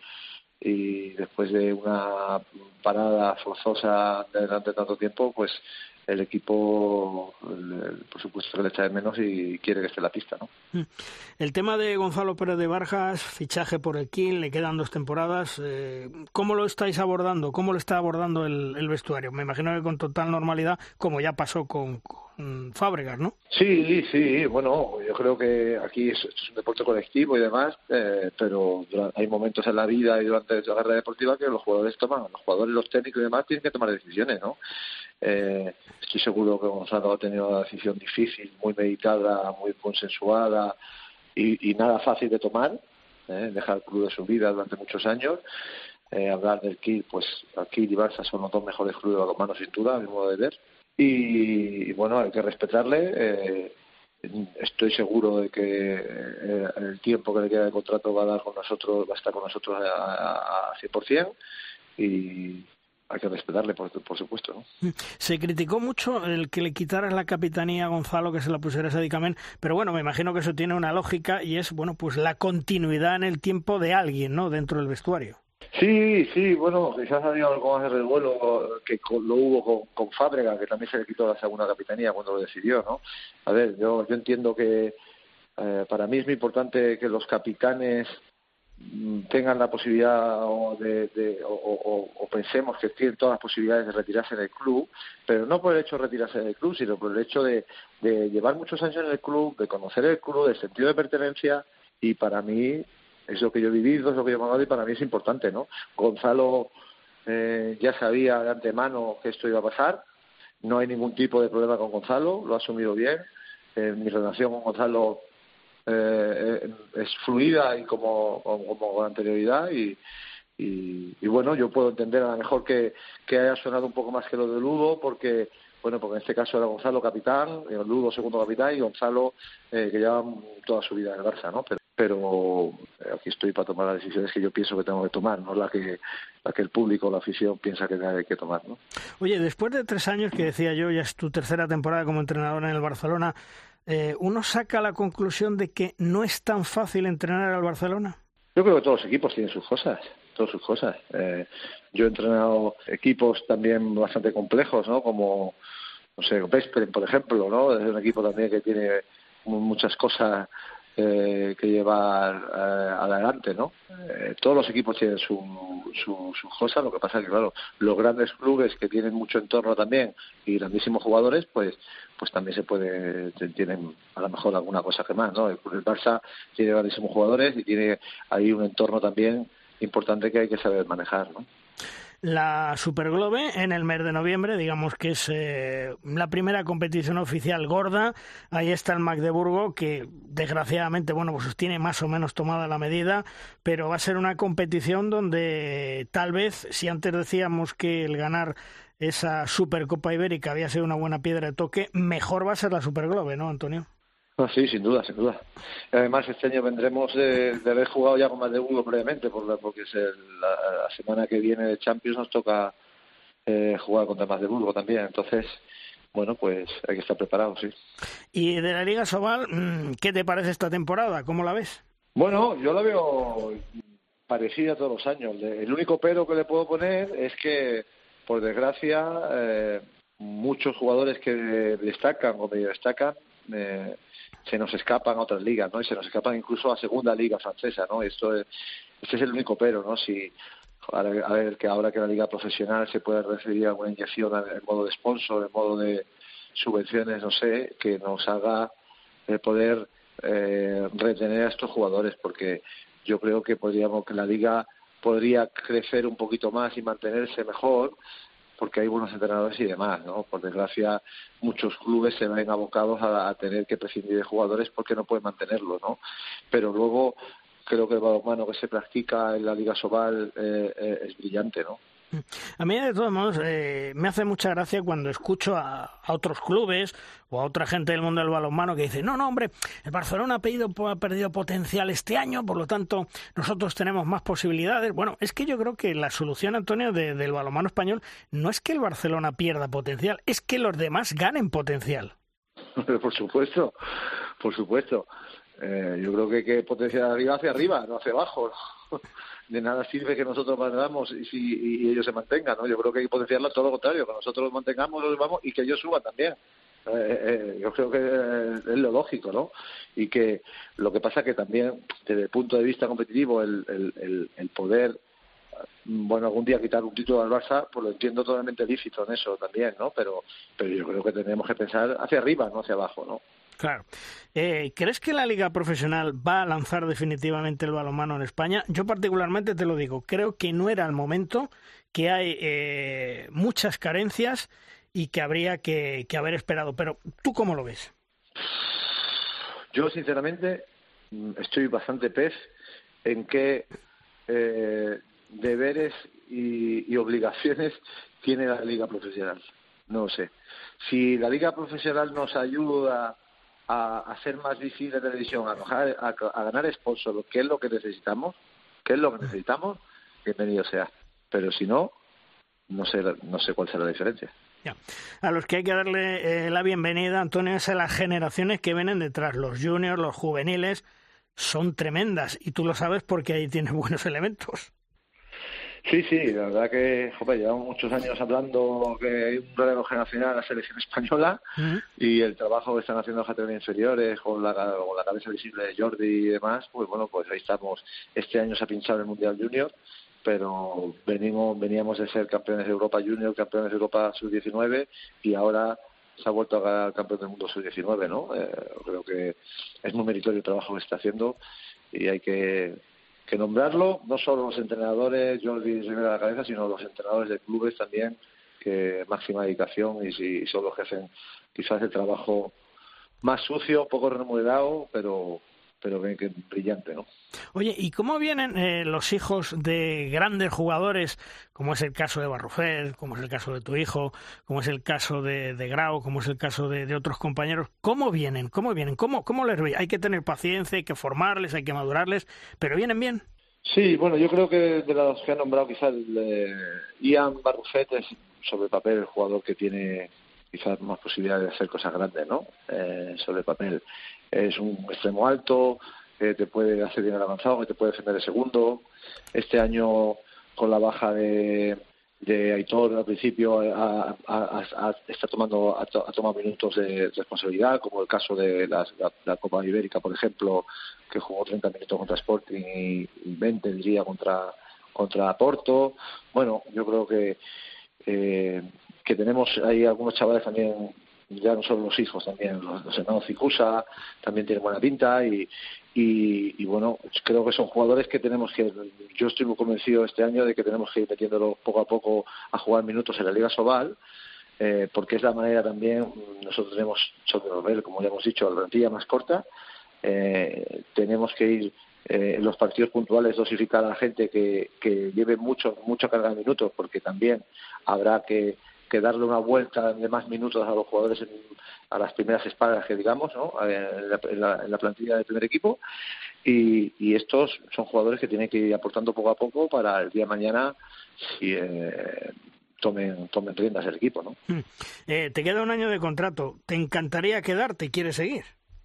y después de una parada forzosa durante tanto tiempo, pues el equipo, el, por supuesto, que le echa de menos y quiere que esté en la pista, ¿no? El tema de Gonzalo Pérez de Barjas, fichaje por el Kiel, le quedan dos temporadas. Eh, ¿Cómo lo estáis abordando? ¿Cómo lo está abordando el, el vestuario? Me imagino que con total normalidad, como ya pasó con, con Fábregas, ¿no? Sí, sí, bueno, yo creo que aquí es, es un deporte colectivo y demás, eh, pero hay momentos en la vida y durante la carrera deportiva que los jugadores toman, los jugadores, los técnicos y demás tienen que tomar decisiones, ¿no? Eh, estoy seguro que Gonzalo ha tenido una decisión difícil, muy meditada, muy consensuada y, y nada fácil de tomar, eh, dejar el club de su vida durante muchos años. Eh, hablar del Kiel, pues el Kiel y Barça son los dos mejores clubes de balonmano sin duda, a mi modo de ver. Y, y bueno, hay que respetarle. Eh, estoy seguro de que eh, el tiempo que le queda de contrato va a dar con nosotros, va a estar con nosotros a, a, a cien por ciento y hay que respetarle, por, por supuesto, ¿no? Se criticó mucho el que le quitaras la capitanía a Gonzalo, que se la pusieras a Dicamen, pero bueno, me imagino que eso tiene una lógica y es, bueno, pues la continuidad en el tiempo de alguien, ¿no?, dentro del vestuario. Sí, sí, bueno, quizás ha habido algo más de revuelo que lo hubo con, con Fábrega, que también se le quitó la segunda capitanía cuando lo decidió, ¿no? A ver, yo, yo entiendo que eh, para mí es muy importante que los capitanes tengan la posibilidad o, de, de, o, o, o pensemos que tienen todas las posibilidades de retirarse del club, pero no por el hecho de retirarse del club, sino por el hecho de, de llevar muchos años en el club, de conocer el club, del sentido de pertenencia, y para mí es lo que yo he vivido, es lo que yo he mandado y para mí es importante, ¿no? Gonzalo eh, ya sabía de antemano que esto iba a pasar, no hay ningún tipo de problema con Gonzalo, lo ha asumido bien, eh, mi relación con Gonzalo Eh, es fluida y como, como, como con anterioridad y, y, y bueno, yo puedo entender a lo mejor que, que haya sonado un poco más que lo de Ludo porque bueno, porque en este caso era Gonzalo capitán, Ludo segundo capitán y Gonzalo eh, que lleva toda su vida en el Barça, ¿no? Pero, pero aquí estoy para tomar las decisiones que yo pienso que tengo que tomar, no la que la que el público, la afición piensa que hay que tomar, ¿no? Oye, después de tres años que decía yo, ya es tu tercera temporada como entrenador en el Barcelona, Eh, ¿uno saca la conclusión de que no es tan fácil entrenar al Barcelona? Yo creo que todos los equipos tienen sus cosas, todas sus cosas. Eh, yo he entrenado equipos también bastante complejos, ¿no? Como, no sé, Veszprém, por ejemplo, ¿no? Es un equipo también que tiene muchas cosas eh, que llevar eh, adelante, ¿no? Eh, todos los equipos tienen su, su, sus cosas, lo que pasa es que, claro, los grandes clubes que tienen mucho entorno también y grandísimos jugadores, pues pues también se puede, tienen a lo mejor alguna cosa que más, ¿no? El, el Barça tiene grandísimos jugadores y tiene ahí un entorno también importante que hay que saber manejar, ¿no? La Superglobe en el mes de noviembre, digamos que es eh, la primera competición oficial gorda. Ahí está el Magdeburgo, que desgraciadamente, bueno, pues tiene más o menos tomada la medida, pero va a ser una competición donde tal vez, si antes decíamos que el ganar esa Supercopa Ibérica había sido una buena piedra de toque, mejor va a ser la Superglobe, ¿no, Antonio? No, sí, sin duda, sin duda. Además, este año vendremos de, de haber jugado ya con Magdeburgo previamente, porque es el, la, la semana que viene de Champions nos toca eh, jugar contra Magdeburgo también. Entonces, bueno, pues hay que estar preparados, sí. Y de la Liga Sobal, ¿qué te parece esta temporada? ¿Cómo la ves? Bueno, yo la veo parecida todos los años. El único pero que le puedo poner es que, por desgracia, eh, muchos jugadores que destacan o medio destacan eh, se nos escapan a otras ligas, ¿no? Y se nos escapan incluso a segunda liga francesa, ¿no? Esto es, este es el único pero, ¿no? Si a ver que ahora que la liga profesional se puede recibir alguna inyección en modo de sponsor, en modo de subvenciones, no sé, que nos haga eh, poder eh, retener a estos jugadores, porque yo creo que podríamos que la liga podría crecer un poquito más y mantenerse mejor, porque hay buenos entrenadores y demás, ¿no? Por desgracia, muchos clubes se ven abocados a, a tener que prescindir de jugadores porque no pueden mantenerlos, ¿no? Pero luego creo que el balonmano que se practica en la Liga Sobal eh, eh, es brillante, ¿no? A mí, de todos modos, eh, me hace mucha gracia cuando escucho a, a otros clubes o a otra gente del mundo del balonmano que dice, no, no, hombre, el Barcelona ha perdido, ha perdido potencial este año, por lo tanto, nosotros tenemos más posibilidades. Bueno, es que yo creo que la solución, Antonio, de, del balonmano español no es que el Barcelona pierda potencial, es que los demás ganen potencial. Por supuesto, por supuesto. Eh, yo creo que hay que potenciar arriba hacia arriba, no hacia abajo, ¿no? De nada sirve que nosotros mantengamos y, si, y ellos se mantengan, ¿no? Yo creo que hay que potenciarlo todo lo contrario, que nosotros los mantengamos, los vamos y que ellos suban también. Eh, eh, yo creo que es lo lógico, ¿no? Y que lo que pasa que también, desde el punto de vista competitivo, el, el, el, el poder, bueno, algún día quitar un título al Barça, pues lo entiendo totalmente lícito en eso también, ¿no? Pero, pero yo creo que tenemos que pensar hacia arriba, no hacia abajo, ¿no? Claro. Eh, ¿Crees que la Liga Profesional va a lanzar definitivamente el balonmano en España? Yo particularmente te lo digo, creo que no era el momento, que hay eh, muchas carencias y que habría que, que haber esperado. Pero, ¿tú cómo lo ves? Yo, sinceramente, estoy bastante pez en qué eh, deberes y, y obligaciones tiene la Liga Profesional. No lo sé. Si la Liga Profesional nos ayuda a hacer más visible la televisión, a, a, a ganar sponsor, que es lo que necesitamos, que es lo que necesitamos, bienvenido sea. Pero si no, no sé, no sé cuál será la diferencia. Ya. A los que hay que darle eh, la bienvenida, Antonio, es a las generaciones que vienen detrás, los juniors, los juveniles, son tremendas, y tú lo sabes porque ahí tienes buenos elementos. Sí, sí, la verdad que, joder, llevamos muchos años hablando que hay un relevo generacional en la selección española, uh-huh. y el trabajo que están haciendo las categorías inferiores con la, con la cabeza visible de Jordi y demás, pues bueno, pues ahí estamos. Este año se ha pinchado el Mundial Junior, pero venimos veníamos de ser campeones de Europa Junior, campeones de Europa sub diecinueve, y ahora se ha vuelto a ganar campeón del mundo sub diecinueve, ¿no? Eh, creo que es muy meritorio el trabajo que se está haciendo y hay que, que nombrarlo, no solo los entrenadores, Jordi Rivera a la cabeza, sino los entrenadores de clubes también, que máxima dedicación, y si son los que hacen quizás el trabajo más sucio, poco remunerado, pero pero que, que brillante, ¿no? Oye, ¿y cómo vienen eh, los hijos de grandes jugadores, como es el caso de Barrufet, como es el caso de tu hijo, como es el caso de, de Grau, como es el caso de, de otros compañeros? ¿Cómo vienen? ¿Cómo vienen? ¿Cómo, cómo les veis? Hay que tener paciencia, hay que formarles, hay que madurarles, pero ¿vienen bien? Sí, bueno, yo creo que de los que han nombrado quizás eh, Ian Barrufet es sobre papel el jugador que tiene quizás más posibilidades de hacer cosas grandes, ¿no? Eh, sobre papel. Es un extremo alto, que te puede hacer bien el avanzado, que te puede defender el segundo. Este año, con la baja de, de Aitor al principio, a, a, a, está tomando ha, ha tomado minutos de responsabilidad, como el caso de la, la, la Copa Ibérica, por ejemplo, que jugó treinta minutos contra Sporting y, y veinte, diría, contra, contra Porto. Bueno, yo creo que eh, que tenemos ahí algunos chavales también, ya no solo los hijos, también los, los hermanos Cicusa también tienen buena pinta, y, y, y bueno, creo que son jugadores que tenemos que, yo estoy muy convencido este año de que tenemos que ir metiéndolos poco a poco a jugar minutos en la Liga Sobal, eh, porque es la manera también, nosotros tenemos sobre el nivel, como ya hemos dicho, la plantilla más corta, eh, tenemos que ir eh, en los partidos puntuales dosificar a la gente que, que lleve mucho, mucha carga de minutos, porque también habrá que que darle una vuelta de más minutos a los jugadores en, a las primeras espadas que digamos, ¿no? En la, en la, en la plantilla del primer equipo, y, y estos son jugadores que tienen que ir aportando poco a poco para el día de mañana si eh, tomen tomen riendas el equipo, ¿no? Mm. Eh, te queda un año de contrato, ¿te encantaría quedarte? ¿Quieres seguir?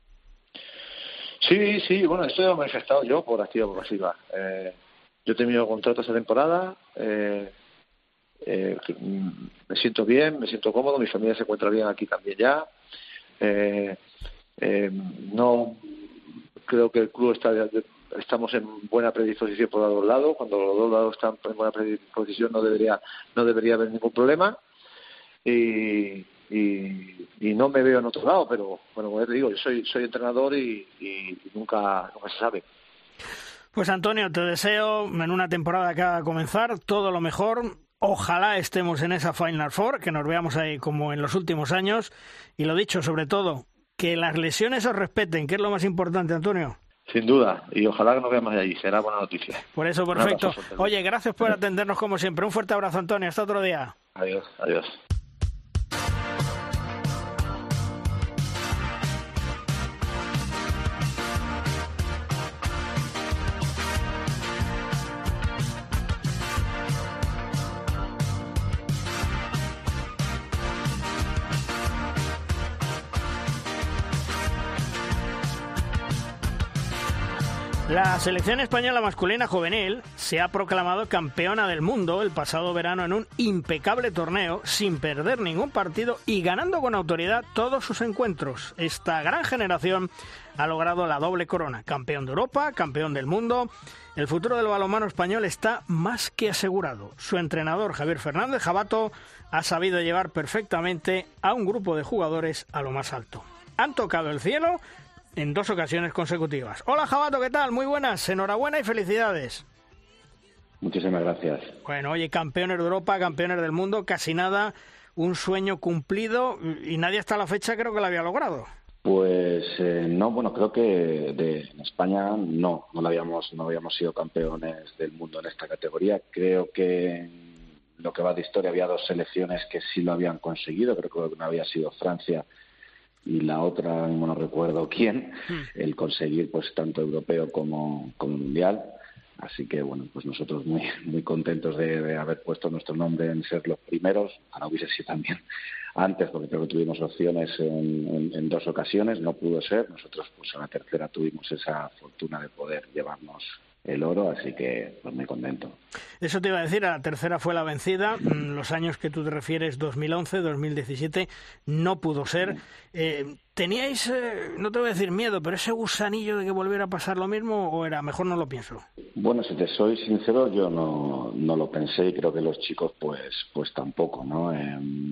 Sí, sí, bueno, esto ya lo he manifestado yo por activa o por pasiva. Eh, yo he terminado el contrato esta temporada, eh, Eh, me siento bien, me siento cómodo, mi familia se encuentra bien aquí también ya. Eh, eh, no creo que el club está estamos en buena predisposición por los dos lados. Cuando los dos lados están en buena predisposición no debería no debería haber ningún problema, y, y, y no me veo en otro lado, pero bueno, como te digo, yo soy soy entrenador y, y nunca nunca se sabe. Pues Antonio, te deseo en una temporada que acaba de comenzar todo lo mejor. Ojalá estemos en esa Final Four, que nos veamos ahí como en los últimos años. Y lo dicho, sobre todo, que las lesiones os respeten, que es lo más importante, Antonio. Sin duda, y ojalá que nos veamos allí, será buena noticia. Por eso, perfecto. Oye, gracias por atendernos como siempre. Un fuerte abrazo, Antonio. Hasta otro día. Adiós, adiós. La selección española masculina juvenil se ha proclamado campeona del mundo el pasado verano en un impecable torneo, sin perder ningún partido y ganando con autoridad todos sus encuentros. Esta gran generación ha logrado la doble corona, campeón de Europa, campeón del mundo. El futuro del balonmano español está más que asegurado. Su entrenador, Javier Fernández Jabato, ha sabido llevar perfectamente a un grupo de jugadores a lo más alto. Han tocado el cielo en dos ocasiones consecutivas. Hola Jabato, ¿qué tal? Muy buenas, enhorabuena y felicidades. Muchísimas gracias. Bueno, oye, campeones de Europa, campeones del mundo, casi nada, un sueño cumplido, y nadie hasta la fecha creo que lo había logrado. Pues eh, no, bueno, creo que de, en España no, no lo habíamos, no habíamos sido campeones del mundo en esta categoría. Creo que en lo que va de historia había dos selecciones que sí lo habían conseguido, creo que una había sido Francia y la otra, no recuerdo quién, el conseguir pues tanto europeo como, como mundial. Así que, bueno, pues nosotros muy muy contentos de, de haber puesto nuestro nombre en ser los primeros. Ahora hubiese sido también antes, porque creo que tuvimos opciones en, en, en dos ocasiones, no pudo ser. Nosotros, pues a la tercera tuvimos esa fortuna de poder llevarnos el oro, así que pues muy contento. Eso te iba a decir, a la tercera fue la vencida. Los años que tú te refieres, dos mil once, dos mil diecisiete, no pudo ser. Eh, ¿Teníais, eh, no te voy a decir miedo, pero ese gusanillo de que volviera a pasar lo mismo, o era mejor no lo pienso? Bueno, si te soy sincero, yo no, no lo pensé y creo que los chicos pues pues tampoco, ¿no? Eh,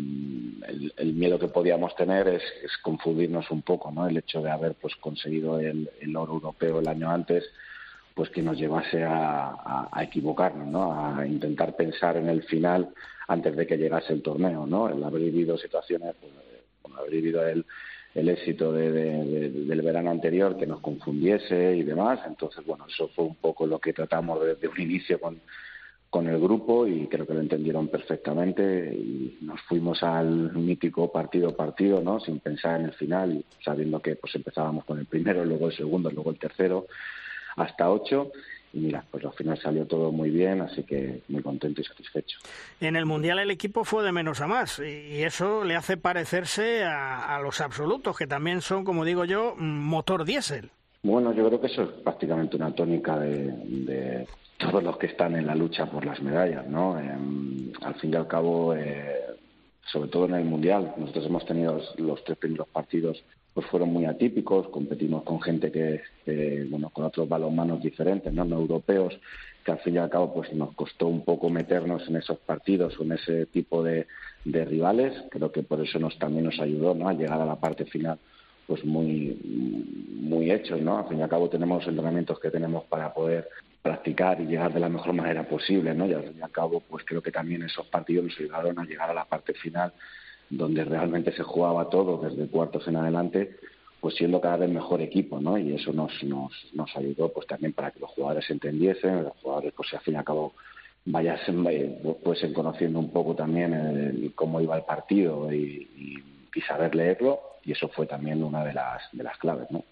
el, el miedo que podíamos tener es, es confundirnos un poco, ¿no? El hecho de haber pues conseguido el, el oro europeo el año antes, pues que nos llevase a, a, a equivocarnos, ¿no? A intentar pensar en el final antes de que llegase el torneo, ¿no? El haber vivido situaciones, pues, bueno, haber vivido el, el éxito de, de, de, del verano anterior que nos confundiese y demás. Entonces, bueno, eso fue un poco lo que tratamos desde un inicio con, con el grupo y creo que lo entendieron perfectamente y nos fuimos al mítico partido partido, ¿no? Sin pensar en el final, sabiendo que pues empezábamos con el primero, luego el segundo, luego el tercero, hasta ocho, y mira, pues al final salió todo muy bien, así que muy contento y satisfecho. En el Mundial el equipo fue de menos a más, y eso le hace parecerse a, a los absolutos, que también son, como digo yo, motor diésel. Bueno, yo creo que eso es prácticamente una tónica de, de todos los que están en la lucha por las medallas, ¿no? Eh, al fin y al cabo, eh, sobre todo en el Mundial, nosotros hemos tenido los, los tres primeros partidos pues fueron muy atípicos, competimos con gente que, que bueno, con otros balonmanos diferentes, ¿no? No europeos, que al fin y al cabo pues nos costó un poco meternos en esos partidos o en ese tipo de, de rivales. Creo que por eso nos también nos ayudó, ¿no? A llegar a la parte final pues muy muy hechos, ¿no? Al fin y al cabo tenemos los entrenamientos que tenemos para poder practicar y llegar de la mejor manera posible, ¿no? Y al fin y al cabo pues creo que también esos partidos nos ayudaron a llegar a la parte final, donde realmente se jugaba todo desde cuartos en adelante, pues siendo cada vez mejor equipo, ¿no? Y eso nos nos nos ayudó pues también para que los jugadores se entendiesen, los jugadores pues al fin y al cabo vayasen pues conociendo un poco también el, cómo iba el partido y, y, y saber leerlo, y eso fue también una de las de las claves, ¿no?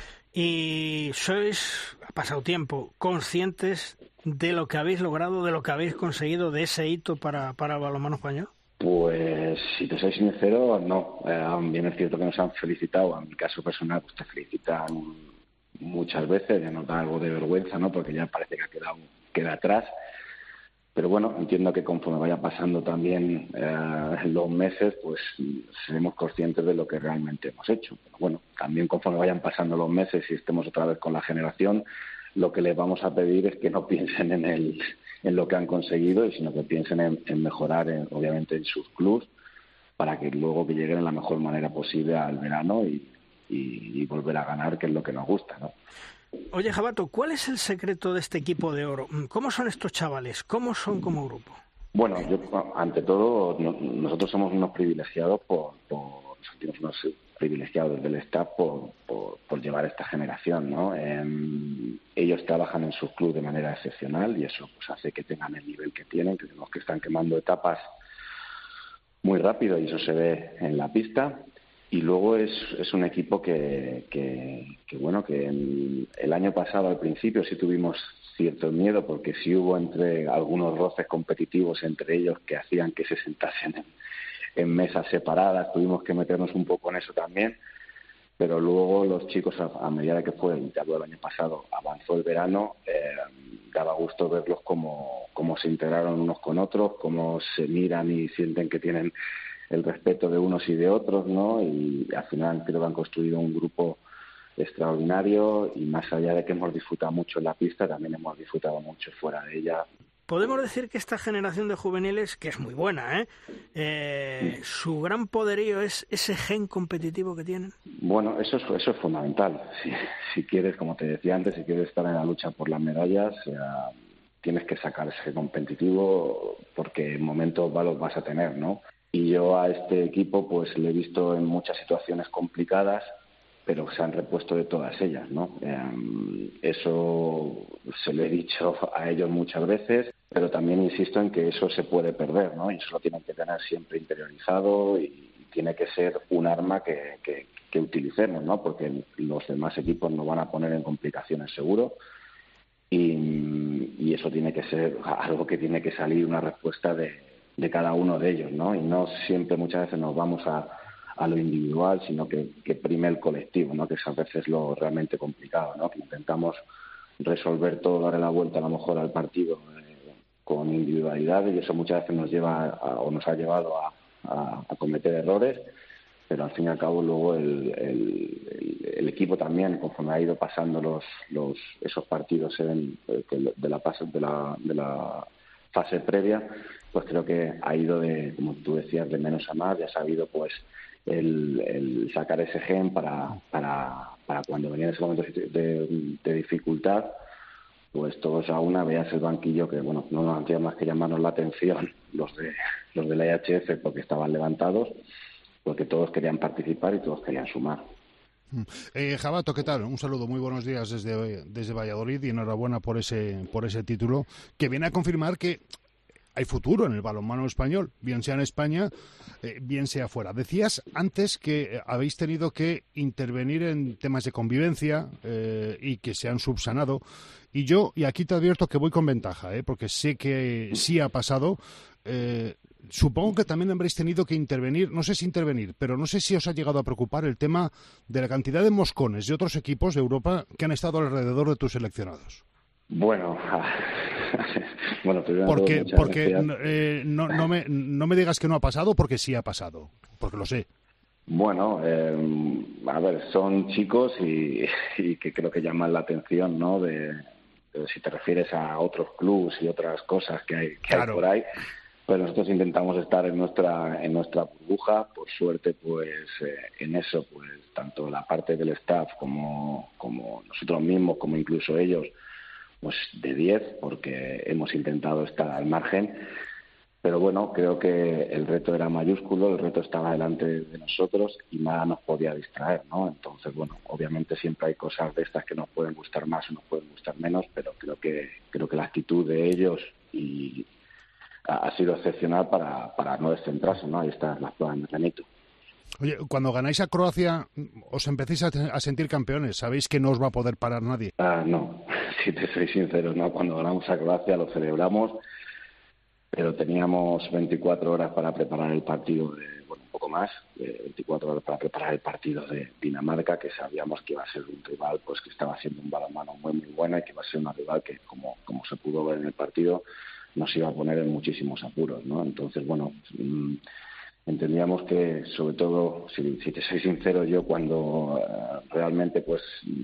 Y sois, ha pasado tiempo, conscientes de lo que habéis logrado, de lo que habéis conseguido, de ese hito para para el balonmano español. Pues, si te soy sincero, no. Eh, bien es cierto que nos han felicitado. En mi caso personal, pues te felicitan muchas veces, ya nos da algo de vergüenza, ¿no? Porque ya parece que ha quedado queda atrás. Pero bueno, entiendo que conforme vaya pasando también eh, los meses, pues seremos conscientes de lo que realmente hemos hecho. Pero bueno, también conforme vayan pasando los meses y estemos otra vez con la generación, lo que les vamos a pedir es que no piensen en el en lo que han conseguido, y sino que piensen en, en mejorar, en, obviamente, en sus clubs, para que luego que lleguen de la mejor manera posible al verano y, y, y volver a ganar, que es lo que nos gusta, ¿no? Oye, Jabato, ¿cuál es el secreto de este equipo de oro? ¿Cómo son estos chavales? ¿Cómo son como grupo? Bueno, yo, ante todo, no, nosotros somos unos privilegiados por, por sentimos unos privilegiados del staff por, por, por llevar esta generación, ¿no? Eh, ellos trabajan en sus clubes de manera excepcional y eso pues hace que tengan el nivel que tienen, que tenemos que están quemando etapas muy rápido y eso se ve en la pista. Y luego es, es un equipo que, que, que bueno, que en, el año pasado al principio sí tuvimos cierto miedo porque sí hubo entre algunos roces competitivos entre ellos que hacían que se sentasen en, en mesas separadas, tuvimos que meternos un poco en eso también, pero luego los chicos, a, a medida que fue el teatro del año pasado, avanzó el verano, eh, daba gusto verlos cómo, cómo se integraron unos con otros, cómo se miran y sienten que tienen el respeto de unos y de otros, ¿no? Y al final creo que han construido un grupo extraordinario y más allá de que hemos disfrutado mucho en la pista, también hemos disfrutado mucho fuera de ella. Podemos decir que esta generación de juveniles, que es muy buena, ¿eh? Eh, sí. Su gran poderío es ese gen competitivo que tienen. Bueno, eso es, eso es fundamental. Si, si quieres, como te decía antes, si quieres estar en la lucha por las medallas, eh, tienes que sacar ese competitivo porque en momentos los vas a tener, ¿no? Y yo a este equipo pues le he visto en muchas situaciones complicadas, pero se han repuesto de todas ellas, ¿no? Eh, eso se lo he dicho a ellos muchas veces, pero también insisto en que eso se puede perder, ¿no? Y eso lo tienen que tener siempre interiorizado y tiene que ser un arma que, que, que utilicemos, ¿no? Porque los demás equipos nos van a poner en complicaciones seguro y, y eso tiene que ser algo que tiene que salir una respuesta de, de cada uno de ellos, ¿no? Y no siempre, muchas veces nos vamos a, a lo individual, sino que, que prime el colectivo, ¿no? Que es a veces lo realmente complicado, ¿no? Que intentamos resolver todo, darle la vuelta a lo mejor al partido eh, con individualidades, y eso muchas veces nos lleva a, o nos ha llevado a, a, a cometer errores, pero al fin y al cabo luego el, el, el, el equipo también, conforme ha ido pasando los, los esos partidos en, de la fase de la, de la fase previa, pues creo que ha ido de, como tú decías, de menos a más, y ha sabido pues el, el sacar ese gen para, para, para cuando venía ese momento de, de dificultad, pues todos a una veas el banquillo que, bueno, no nos hacía más que llamarnos la atención los de los de la E H F porque estaban levantados, porque todos querían participar y todos querían sumar. Eh, Jabato, ¿qué tal? Un saludo, muy buenos días desde, desde Valladolid y enhorabuena por ese, por ese título que viene a confirmar que hay futuro en el balonmano español, bien sea en España, eh, bien sea fuera. Decías antes que habéis tenido que intervenir en temas de convivencia eh, y que se han subsanado. Y yo, y aquí te advierto que voy con ventaja, eh, porque sé que sí ha pasado. Eh, supongo que también habréis tenido que intervenir, no sé si intervenir, pero no sé si os ha llegado a preocupar el tema de la cantidad de moscones de otros equipos de Europa que han estado alrededor de tus seleccionados. Bueno, bueno, porque porque eh, no, no, me, no me digas que no ha pasado, porque sí ha pasado, porque lo sé. Bueno, eh, a ver, son chicos y, y que creo que llaman la atención, ¿no? De, de si te refieres a otros clubs y otras cosas que hay, que claro. hay por ahí. Pues nosotros intentamos estar en nuestra en nuestra burbuja. Por suerte, pues eh, en eso, pues tanto la parte del staff como como nosotros mismos, como incluso ellos, pues de diez, porque hemos intentado estar al margen. Pero bueno, creo que el reto era mayúsculo, el reto estaba delante de nosotros y nada nos podía distraer, ¿no? Entonces, bueno, obviamente siempre hay cosas de estas que nos pueden gustar más o nos pueden gustar menos, pero creo que creo que la actitud de ellos y ha sido excepcional para, para no descentrarse, ¿no? Ahí están las pruebas de granito. Oye, cuando ganáis a Croacia, os empecéis a, a sentir campeones. ¿Sabéis que no os va a poder parar nadie? Ah, no, si te soy sincero, no. Cuando ganamos a Croacia lo celebramos, pero teníamos veinticuatro horas para preparar el partido, de, bueno, un poco más, de veinticuatro horas para preparar el partido de Dinamarca, que sabíamos que iba a ser un rival pues que estaba haciendo un balonmano muy, muy bueno y que iba a ser una rival que, como, como se pudo ver en el partido, nos iba a poner en muchísimos apuros, ¿no? Entonces, bueno, mmm, entendíamos que, sobre todo, si, si te soy sincero, yo cuando uh, realmente, pues,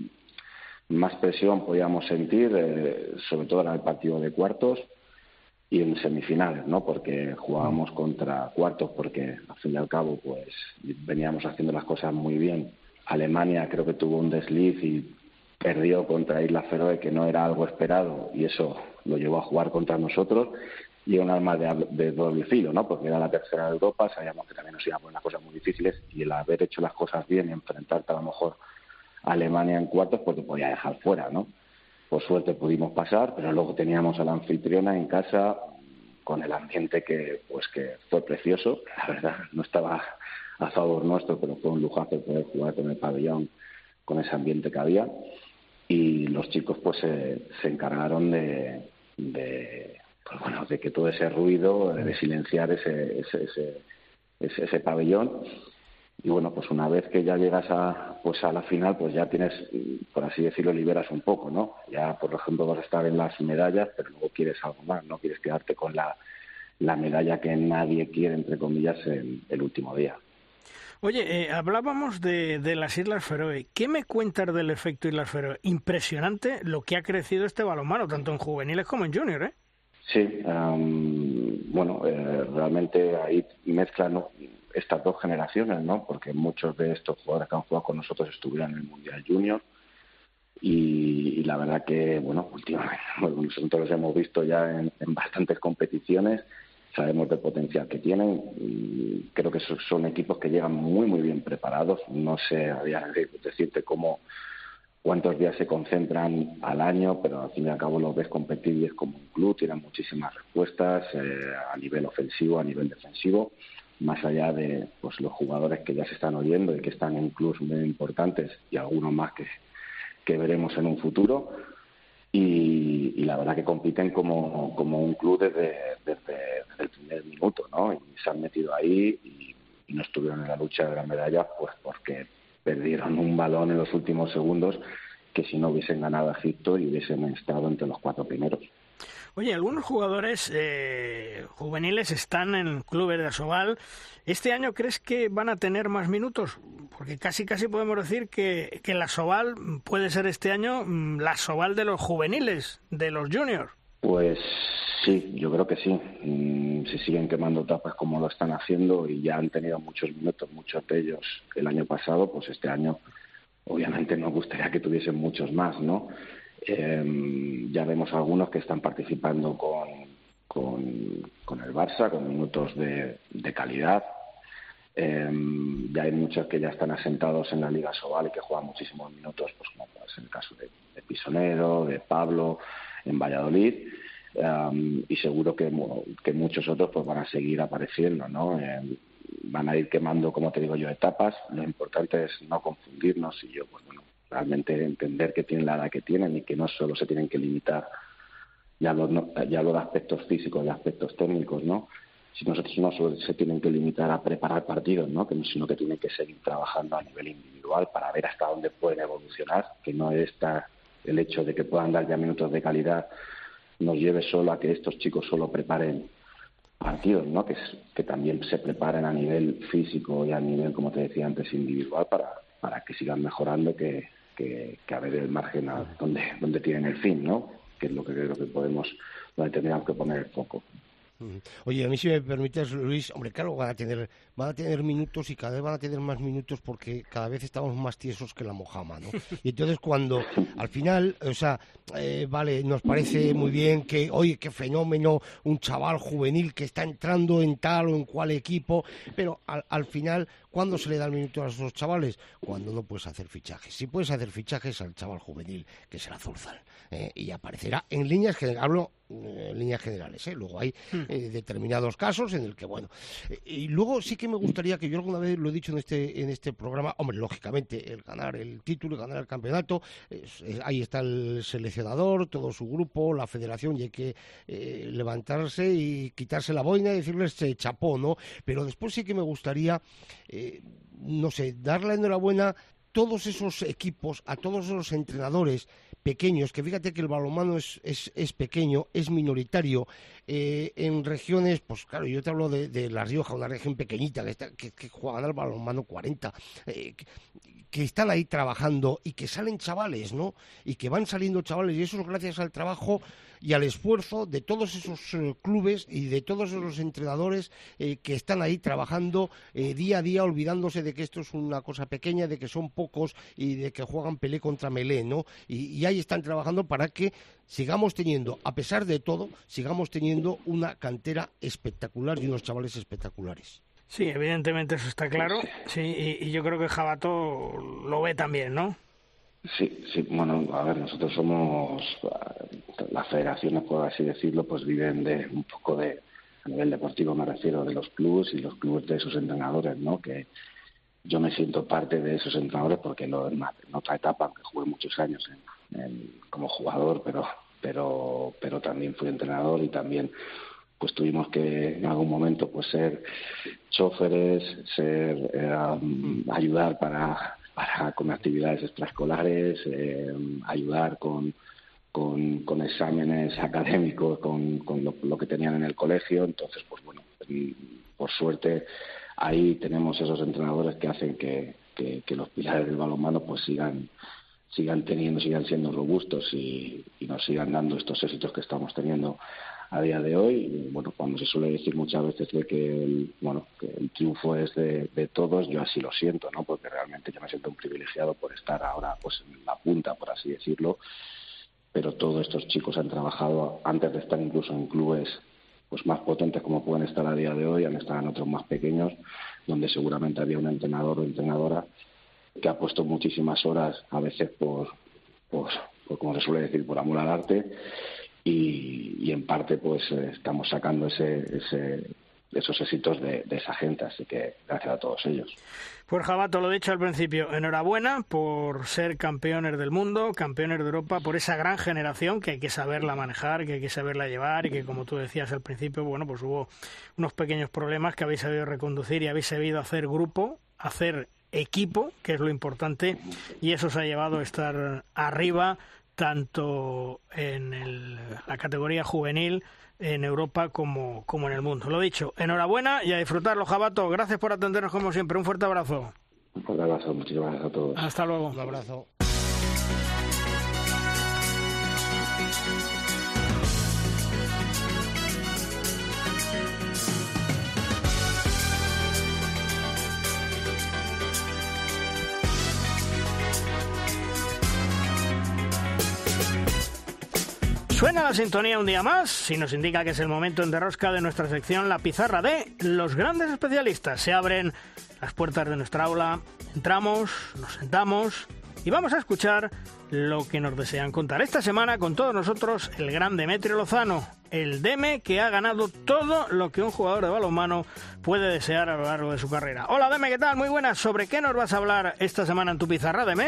más presión podíamos sentir, eh, sobre todo en el partido de cuartos y en semifinales, ¿no? Porque jugábamos contra cuartos, porque al fin y al cabo, pues, veníamos haciendo las cosas muy bien. Alemania creo que tuvo un desliz y perdió contra Isla Feroe, que no era algo esperado, y eso lo llevó a jugar contra nosotros, y un arma de, de doble filo, ¿no? Porque era la tercera de Europa, sabíamos que también nos iban a poner las cosas muy difíciles, y el haber hecho las cosas bien y enfrentarte a lo mejor a Alemania en cuartos, pues te podía dejar fuera, ¿no? Por suerte pudimos pasar, pero luego teníamos a la anfitriona en casa con el ambiente que, pues que fue precioso, la verdad, no estaba a favor nuestro, pero fue un lujazo poder jugar con el pabellón, con ese ambiente que había, y los chicos pues se, se encargaron de, de pues bueno, de que todo ese ruido, de silenciar ese ese, ese ese ese pabellón. Y bueno, pues una vez que ya llegas a pues a la final, pues ya tienes, por así decirlo, liberas un poco, ¿no? Ya, por ejemplo, vas a estar en las medallas, pero luego quieres algo más, no quieres quedarte con la la medalla que nadie quiere, entre comillas, el, el último día. Oye, eh, hablábamos de, de las Islas Feroe. ¿Qué me cuentas del efecto Islas Feroe? Impresionante lo que ha crecido este balonmano, tanto en juveniles como en junior, ¿eh? Sí, um, bueno, eh, realmente ahí mezclan, ¿no?, estas dos generaciones, ¿no? Porque muchos de estos jugadores que han jugado con nosotros estuvieron en el Mundial Junior y, y la verdad que, bueno, últimamente bueno, nosotros los hemos visto ya en, en bastantes competiciones. Sabemos del potencial que tienen y creo que son equipos que llegan muy, muy bien preparados. No sé a día de decirte cómo, cuántos días se concentran al año, pero al fin y al cabo los ves competir y es como un club, tienen muchísimas respuestas eh, a nivel ofensivo, a nivel defensivo, más allá de pues los jugadores que ya se están oyendo y que están en clubs muy importantes y algunos más que, que veremos en un futuro. y, y la verdad que compiten como, como un club desde, desde, desde el primer minuto, ¿no? Y se han metido ahí y, y no estuvieron en la lucha de la medalla pues porque perdieron un balón en los últimos segundos que si no hubiesen ganado a Egipto y hubiesen estado entre los cuatro primeros. Oye, algunos jugadores eh, juveniles están en clubes de Asobal. ¿Este año crees que van a tener más minutos? Porque casi casi podemos decir que, que la Asobal puede ser este año la Asobal de los juveniles, de los juniors. Pues sí, yo creo que sí. Mm, si siguen quemando etapas como lo están haciendo y ya han tenido muchos minutos, muchos de ellos el año pasado, pues este año obviamente nos gustaría que tuviesen muchos más, ¿no? Eh, ya vemos algunos que están participando con, con, con el Barça, con minutos de, de calidad. Eh, ya hay muchos que ya están asentados en la Liga Asobal y que juegan muchísimos minutos, pues como puede ser el caso de, de Pisonero, de Pablo, en Valladolid. Um, y seguro que, que muchos otros pues van a seguir apareciendo, ¿no? Eh, van a ir quemando, como te digo yo, etapas. Lo importante es no confundirnos y yo, pues bueno, realmente entender que tienen la edad que tienen y que no solo se tienen que limitar ya los, no, ya los aspectos físicos y aspectos técnicos, ¿no? Si nosotros no solo se tienen que limitar a preparar partidos, ¿no? Que, sino que tienen que seguir trabajando a nivel individual para ver hasta dónde pueden evolucionar, que no está el hecho de que puedan dar ya minutos de calidad nos lleve solo a que estos chicos solo preparen partidos, ¿no? Que, que también se preparen a nivel físico y a nivel, como te decía antes, individual para, para que sigan mejorando, que, que, que a ver el margen a donde, donde tienen el fin, ¿no? Que es lo que creo que podemos, donde tendríamos que poner el foco. Oye, a mí si me permites, Luis, hombre, claro, van a tener van a tener minutos y cada vez van a tener más minutos porque cada vez estamos más tiesos que la mojama, ¿no? Y entonces cuando al final, o sea, eh, vale, nos parece muy bien que, oye, qué fenómeno, un chaval juvenil que está entrando en tal o en cual equipo, pero al, al final, ¿cuándo se le da el minuto a esos chavales? Cuando no puedes hacer fichajes. Si puedes hacer fichajes al chaval juvenil, que se la zurzan, eh, y aparecerá en líneas generales, hablo en líneas generales, ¿eh? Luego hay eh, determinados casos en el que, bueno, eh, y luego sí que me gustaría, que yo alguna vez lo he dicho en este en este programa, hombre, lógicamente, el ganar el título, el ganar el campeonato, es, es, ahí está el seleccionador, todo su grupo, la federación, y hay que eh, levantarse y quitarse la boina y decirles eh, chapó, ¿no? Pero después sí que me gustaría, eh, no sé, darle enhorabuena todos esos equipos, a todos esos entrenadores pequeños, que fíjate que el balonmano es, es, es pequeño, es minoritario, eh, en regiones, pues claro, yo te hablo de, de La Rioja, una región pequeñita, que, está, que, que juegan al balonmano cuarenta, eh, que, que están ahí trabajando y que salen chavales, ¿no? Y que van saliendo chavales, y eso es gracias al trabajo y al esfuerzo de todos esos eh, clubes y de todos esos entrenadores eh, que están ahí trabajando eh, día a día, olvidándose de que esto es una cosa pequeña, de que son pocos y de que juegan pelé contra melé, ¿no? Y, y ahí están trabajando para que sigamos teniendo, a pesar de todo, sigamos teniendo una cantera espectacular y unos chavales espectaculares. Sí, evidentemente eso está claro, sí, y, y yo creo que Jabato lo ve también, ¿no? Sí, sí, bueno, a ver, nosotros somos, las federaciones, por así decirlo, pues viven de un poco de, a nivel deportivo me refiero, de los clubes y los clubes de esos entrenadores, ¿no? Que yo me siento parte de esos entrenadores porque lo, en otra etapa, aunque jugué muchos años en, en, como jugador, pero, pero, pero también fui entrenador y también pues tuvimos que en algún momento pues ser choferes, ser eh, um, ayudar para para con actividades extraescolares, eh, ayudar con, con, con exámenes académicos, con, con lo, lo que tenían en el colegio. Entonces, pues bueno, por suerte ahí tenemos esos entrenadores que hacen que, que, que los pilares del balonmano pues sigan sigan teniendo, sigan siendo robustos y, y nos sigan dando estos éxitos que estamos teniendo a día de hoy. Y, bueno, cuando se suele decir muchas veces de que el, bueno, que el triunfo es de, de todos, yo así lo siento, ¿no? Porque realmente yo me siento un privilegiado por estar ahora pues en la punta, por así decirlo, pero todos estos chicos han trabajado antes de estar incluso en clubes pues más potentes como pueden estar a día de hoy, han estado en otros más pequeños, donde seguramente había un entrenador o entrenadora que ha puesto muchísimas horas, a veces por, por, por como se suele decir, por amor al arte, y, y en parte pues eh, estamos sacando ese, ese esos éxitos de, de esa gente, así que gracias a todos ellos. Pues Jabato, lo he dicho al principio, enhorabuena por ser campeones del mundo, campeones de Europa, por esa gran generación que hay que saberla manejar, que hay que saberla llevar y que, como tú decías al principio, bueno, pues hubo unos pequeños problemas que habéis sabido reconducir y habéis sabido hacer grupo, hacer equipo, que es lo importante, y eso os ha llevado a estar arriba tanto en el, la categoría juvenil en Europa como, como en el mundo. Lo dicho, enhorabuena y a disfrutarlo, Jabato. Gracias por atendernos como siempre. Un fuerte abrazo. Un fuerte abrazo, muchísimas gracias a todos. Hasta luego. Un abrazo. Suena la sintonía un día más y nos indica que es el momento en Derrosca de nuestra sección La Pizarra de los grandes especialistas. Se abren las puertas de nuestra aula, entramos, nos sentamos y vamos a escuchar lo que nos desean contar. Esta semana con todos nosotros el gran Demetrio Lozano, el Deme que ha ganado todo lo que un jugador de balonmano puede desear a lo largo de su carrera. Hola Deme, ¿qué tal? Muy buenas. ¿Sobre qué nos vas a hablar esta semana en tu pizarra, Deme?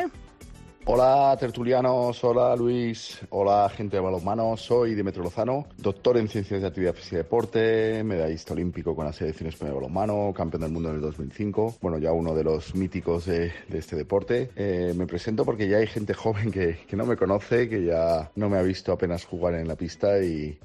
Hola tertulianos, hola Luis, hola gente de balonmano, soy Demetrio Lozano, doctor en Ciencias de Actividad Física y Deporte, medallista olímpico con la selección española de balonmano, campeón del mundo en el dos mil cinco, bueno, ya uno de los míticos de, de este deporte. Eh, me presento porque ya hay gente joven que, que no me conoce, que ya no me ha visto apenas jugar en la pista y,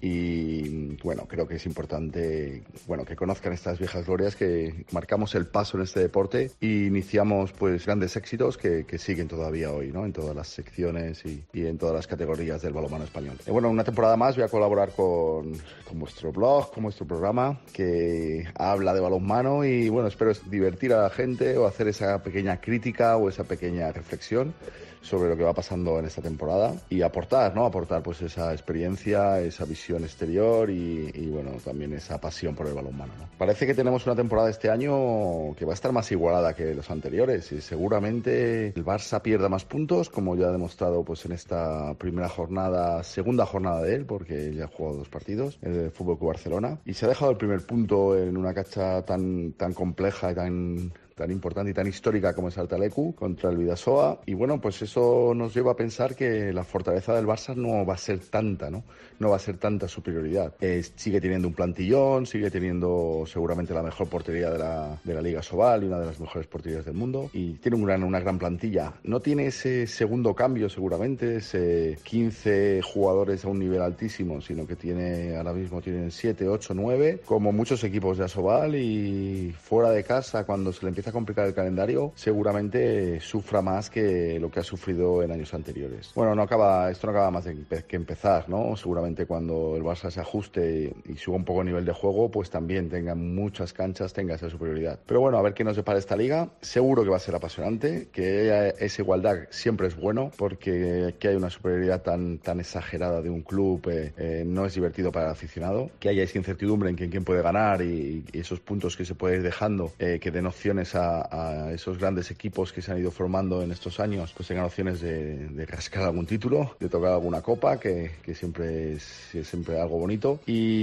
y bueno, creo que es importante, bueno, que conozcan estas viejas glorias, que marcamos el paso en este deporte e iniciamos pues grandes éxitos que, que siguen todavía hoy, ¿no? En todas las secciones y, y en todas las categorías del balonmano español. Eh, bueno, una temporada más voy a colaborar con, con vuestro blog, con vuestro programa que habla de balonmano y bueno, espero divertir a la gente o hacer esa pequeña crítica o esa pequeña reflexión sobre lo que va pasando en esta temporada y aportar, ¿no? Aportar pues esa experiencia, esa visión exterior y, y bueno, también esa pasión por el balonmano, ¿no? Parece que tenemos una temporada este año que va a estar más igualada que los anteriores y seguramente el Barça pierda más puntos, como ya ha demostrado pues en esta primera jornada, segunda jornada de él, porque ya ha jugado dos partidos, el Fútbol Club Barcelona, y se ha dejado el primer punto en una cancha tan, tan compleja y tan tan importante y tan histórica como es Altalecu contra el Bidasoa, y bueno, pues eso nos lleva a pensar que la fortaleza del Barça no va a ser tanta, ¿no? No va a ser tanta superioridad. Eh, sigue teniendo un plantillón, sigue teniendo seguramente la mejor portería de la, de la Liga Sobal y una de las mejores porterías del mundo, y tiene un gran, una gran plantilla. No tiene ese segundo cambio seguramente, ese quince jugadores a un nivel altísimo, sino que tiene, ahora mismo tienen siete, ocho, nueve, como muchos equipos de Asobal, y fuera de casa, cuando se le empieza a complicar el calendario, seguramente sufra más que lo que ha sufrido en años anteriores. Bueno, no acaba, esto no acaba más de que empezar, ¿no? Seguramente cuando el Barça se ajuste y suba un poco el nivel de juego, pues también tenga muchas canchas, tenga esa superioridad. Pero bueno, a ver qué nos depara esta liga. Seguro que va a ser apasionante, que esa igualdad siempre es bueno, porque que haya una superioridad tan, tan exagerada de un club eh, eh, no es divertido para el aficionado. Que haya esa incertidumbre en quién, quién puede ganar y, y esos puntos que se puede ir dejando, eh, que den opciones A, a esos grandes equipos que se han ido formando en estos años, pues tengan opciones de, de rascar algún título, de tocar alguna copa, que, que siempre es, es siempre algo bonito,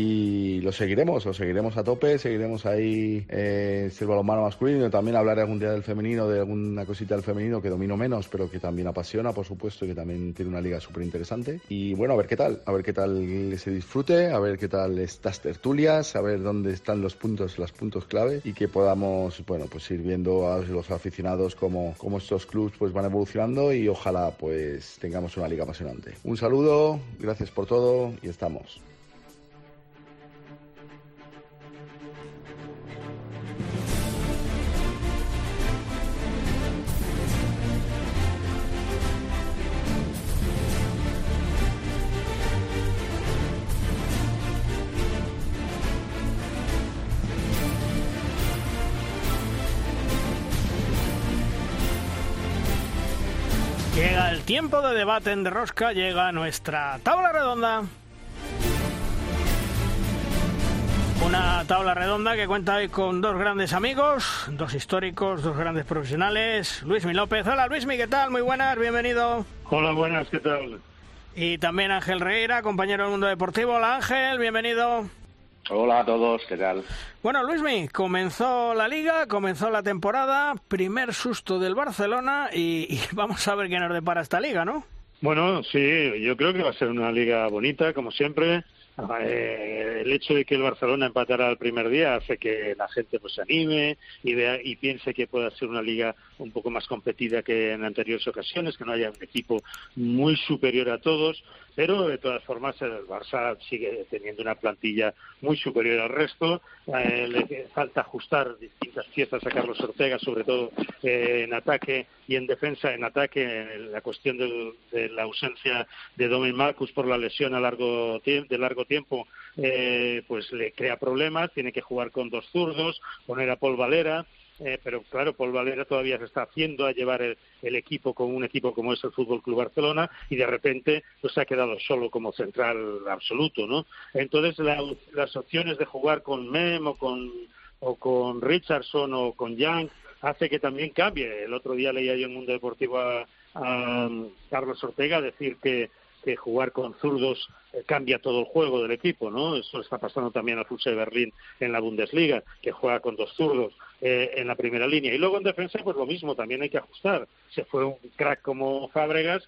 y lo seguiremos, lo seguiremos a tope, seguiremos ahí eh, el balonmano masculino, también hablaré algún día del femenino, de alguna cosita del femenino que domino menos, pero que también apasiona, por supuesto, y que también tiene una liga súper interesante, y bueno, a ver qué tal, a ver qué tal se disfrute, a ver qué tal estas tertulias, a ver dónde están los puntos, los puntos clave, y que podamos, bueno, pues ir viendo a los aficionados cómo, cómo estos clubs pues van evolucionando y ojalá pues tengamos una liga apasionante. Un saludo, gracias por todo y estamos. Llega el tiempo de debate en Derrosca, llega nuestra tabla redonda. Una tabla redonda que cuenta hoy con dos grandes amigos, dos históricos, dos grandes profesionales. Luismi López. Hola Luismi, ¿qué tal? Muy buenas, bienvenido. Hola, buenas, ¿qué tal? Y también Ángel Regueira, compañero del Mundo Deportivo. Hola Ángel, bienvenido. Hola a todos, ¿qué tal? Bueno, Luismi, comenzó la Liga, comenzó la temporada, primer susto del Barcelona y, y vamos a ver qué nos depara esta Liga, ¿no? Bueno, sí, yo creo que va a ser una Liga bonita, como siempre. Eh, el hecho de que el Barcelona empatara el primer día hace que la gente pues se anime y vea y piense que pueda ser una liga un poco más competida que en anteriores ocasiones, que no haya un equipo muy superior a todos, pero de todas formas el Barça sigue teniendo una plantilla muy superior al resto. Eh, le falta ajustar distintas piezas a Carlos Ortega, sobre todo eh, en ataque y en defensa. En ataque, la cuestión del, de la ausencia de Domen Marcus por la lesión a largo de largo tiempo, eh, pues le crea problemas. Tiene que jugar con dos zurdos, poner a Paul Valera. Eh, pero claro, Paul Valera todavía se está haciendo a llevar el, el equipo con un equipo como es el Fútbol Club Barcelona y de repente pues se ha quedado solo como central absoluto, ¿no? Entonces la, las opciones de jugar con Mem o con o con Richardson o con Young hace que también cambie. El otro día leía yo en Mundo Deportivo a, a Carlos Ortega decir que que jugar con zurdos eh, cambia todo el juego del equipo, ¿no? Eso está pasando también al F U S Berlín en la Bundesliga, que juega con dos zurdos eh, en la primera línea. Y luego en defensa, pues lo mismo, también hay que ajustar. Se fue un crack como Fábregas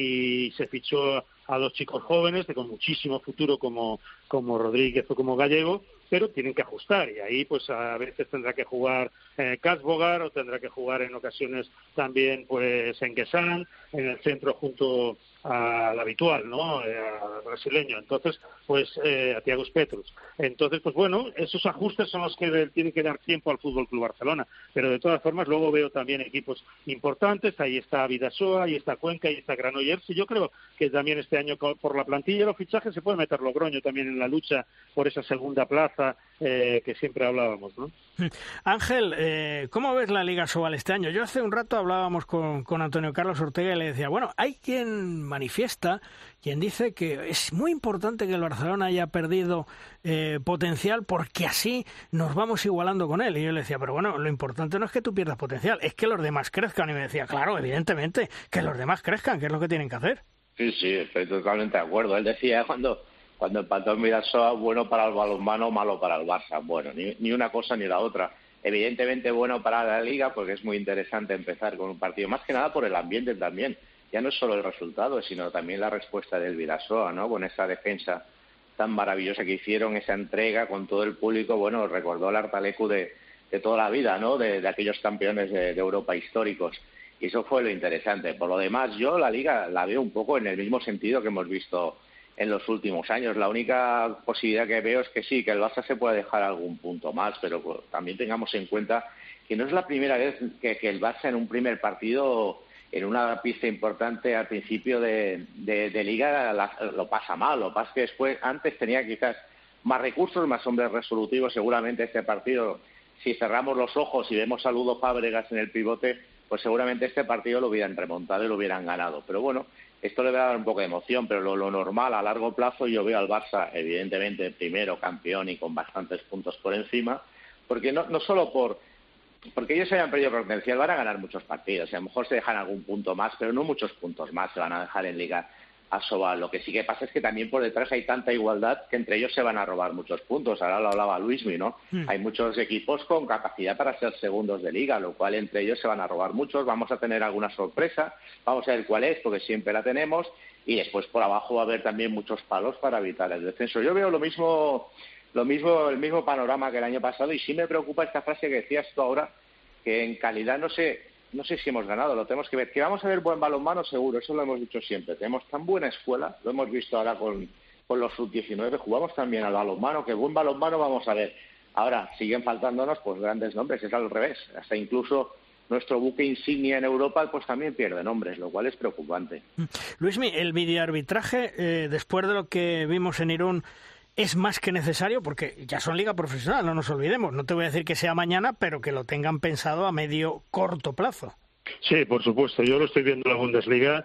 y se fichó a dos chicos jóvenes de con muchísimo futuro como, como Rodríguez o como Gallego, pero tienen que ajustar y ahí pues a veces tendrá que jugar eh, Kasbogar o tendrá que jugar en ocasiones también pues en Guesán, en el centro junto al habitual, ¿no? Eh, al brasileño. Entonces, pues eh, a Thiago Petrus. Entonces, pues bueno, esos ajustes son los que le tienen que dar tiempo al Fútbol Club Barcelona. Pero de todas formas, luego veo también equipos importantes. Ahí está Vidasoa, ahí está Cuenca, ahí está Granollers. Y yo creo que también este año por la plantilla y los fichajes se puede meter Logroño también en la lucha por esa segunda plaza eh, que siempre hablábamos, ¿no? Ángel, eh, ¿cómo ves la Liga Sobal este año? Yo hace un rato hablábamos con, con Antonio Carlos Ortega y le decía, bueno, hay quien manifiesta, quien dice que es muy importante que el Barcelona haya perdido eh, potencial porque así nos vamos igualando con él. Y yo le decía, pero bueno, lo importante no es que tú pierdas potencial, es que los demás crezcan. Y me decía, claro, evidentemente, que los demás crezcan, que es lo que tienen que hacer. Sí, sí, estoy totalmente de acuerdo. Él decía cuando... Cuando empató en Vidasoa, bueno para el balonmano, malo para el Barça. Bueno, ni, ni una cosa ni la otra. Evidentemente bueno para la Liga, porque es muy interesante empezar con un partido. Más que nada por el ambiente también. Ya no es solo el resultado, sino también la respuesta del Vidasoa, ¿no? Con esa defensa tan maravillosa que hicieron, esa entrega con todo el público. Bueno, recordó el Artalecu de, de toda la vida, ¿no? De, de aquellos campeones de, de Europa históricos. Y eso fue lo interesante. Por lo demás, yo la Liga la veo un poco en el mismo sentido que hemos visto en los últimos años. La única posibilidad que veo es que sí, que el Barça se pueda dejar algún punto más, pero pues, también tengamos en cuenta que no es la primera vez que, que el Barça en un primer partido, en una pista importante al principio de, de, de Liga, la, lo pasa mal. Lo que pasa es que después, antes tenía quizás más recursos, más hombres resolutivos. Seguramente este partido, si cerramos los ojos y vemos a Ludo Fábregas en el pivote, pues seguramente este partido lo hubieran remontado y lo hubieran ganado. Pero bueno, esto le va a dar un poco de emoción, pero lo, lo normal a largo plazo yo veo al Barça evidentemente primero campeón y con bastantes puntos por encima, porque no, no solo por porque ellos hayan perdido potencial, van a ganar muchos partidos y a lo mejor se dejan algún punto más, pero no muchos puntos más se van a dejar en Liga Asobal. Lo que sí que pasa es que también por detrás hay tanta igualdad que entre ellos se van a robar muchos puntos. Ahora lo hablaba Luismi, ¿no? Mm. Hay muchos equipos con capacidad para ser segundos de Liga, lo cual entre ellos se van a robar muchos. Vamos a tener alguna sorpresa, vamos a ver cuál es, porque siempre la tenemos, y después por abajo va a haber también muchos palos para evitar el descenso. Yo veo lo mismo, lo mismo, el mismo panorama que el año pasado, y sí me preocupa esta frase que decías tú ahora, que en calidad no sé... No sé si hemos ganado, lo tenemos que ver. Que vamos a ver buen balonmano, seguro, eso lo hemos dicho siempre. Tenemos tan buena escuela, lo hemos visto ahora con, con los sub diecinueve, jugamos también al balonmano, que buen balonmano vamos a ver. Ahora, siguen faltándonos pues grandes nombres, es al revés. Hasta incluso nuestro buque insignia en Europa pues también pierde nombres, lo cual es preocupante. Luismi, el videoarbitraje, eh, después de lo que vimos en Irún, es más que necesario porque ya son liga profesional, no nos olvidemos. No te voy a decir que sea mañana, pero que lo tengan pensado a medio corto plazo. Sí, por supuesto. Yo lo estoy viendo en la Bundesliga.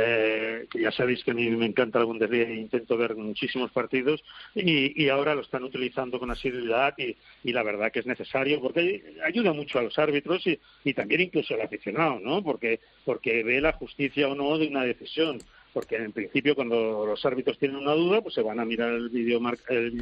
Eh, ya sabéis que a mí me encanta la Bundesliga e intento ver muchísimos partidos y, y ahora lo están utilizando con asiduidad y, y la verdad que es necesario porque ayuda mucho a los árbitros y, y también incluso al aficionado, ¿no? Porque, porque ve la justicia o no de una decisión. Porque en principio cuando los árbitros tienen una duda, pues se van a mirar el video, el,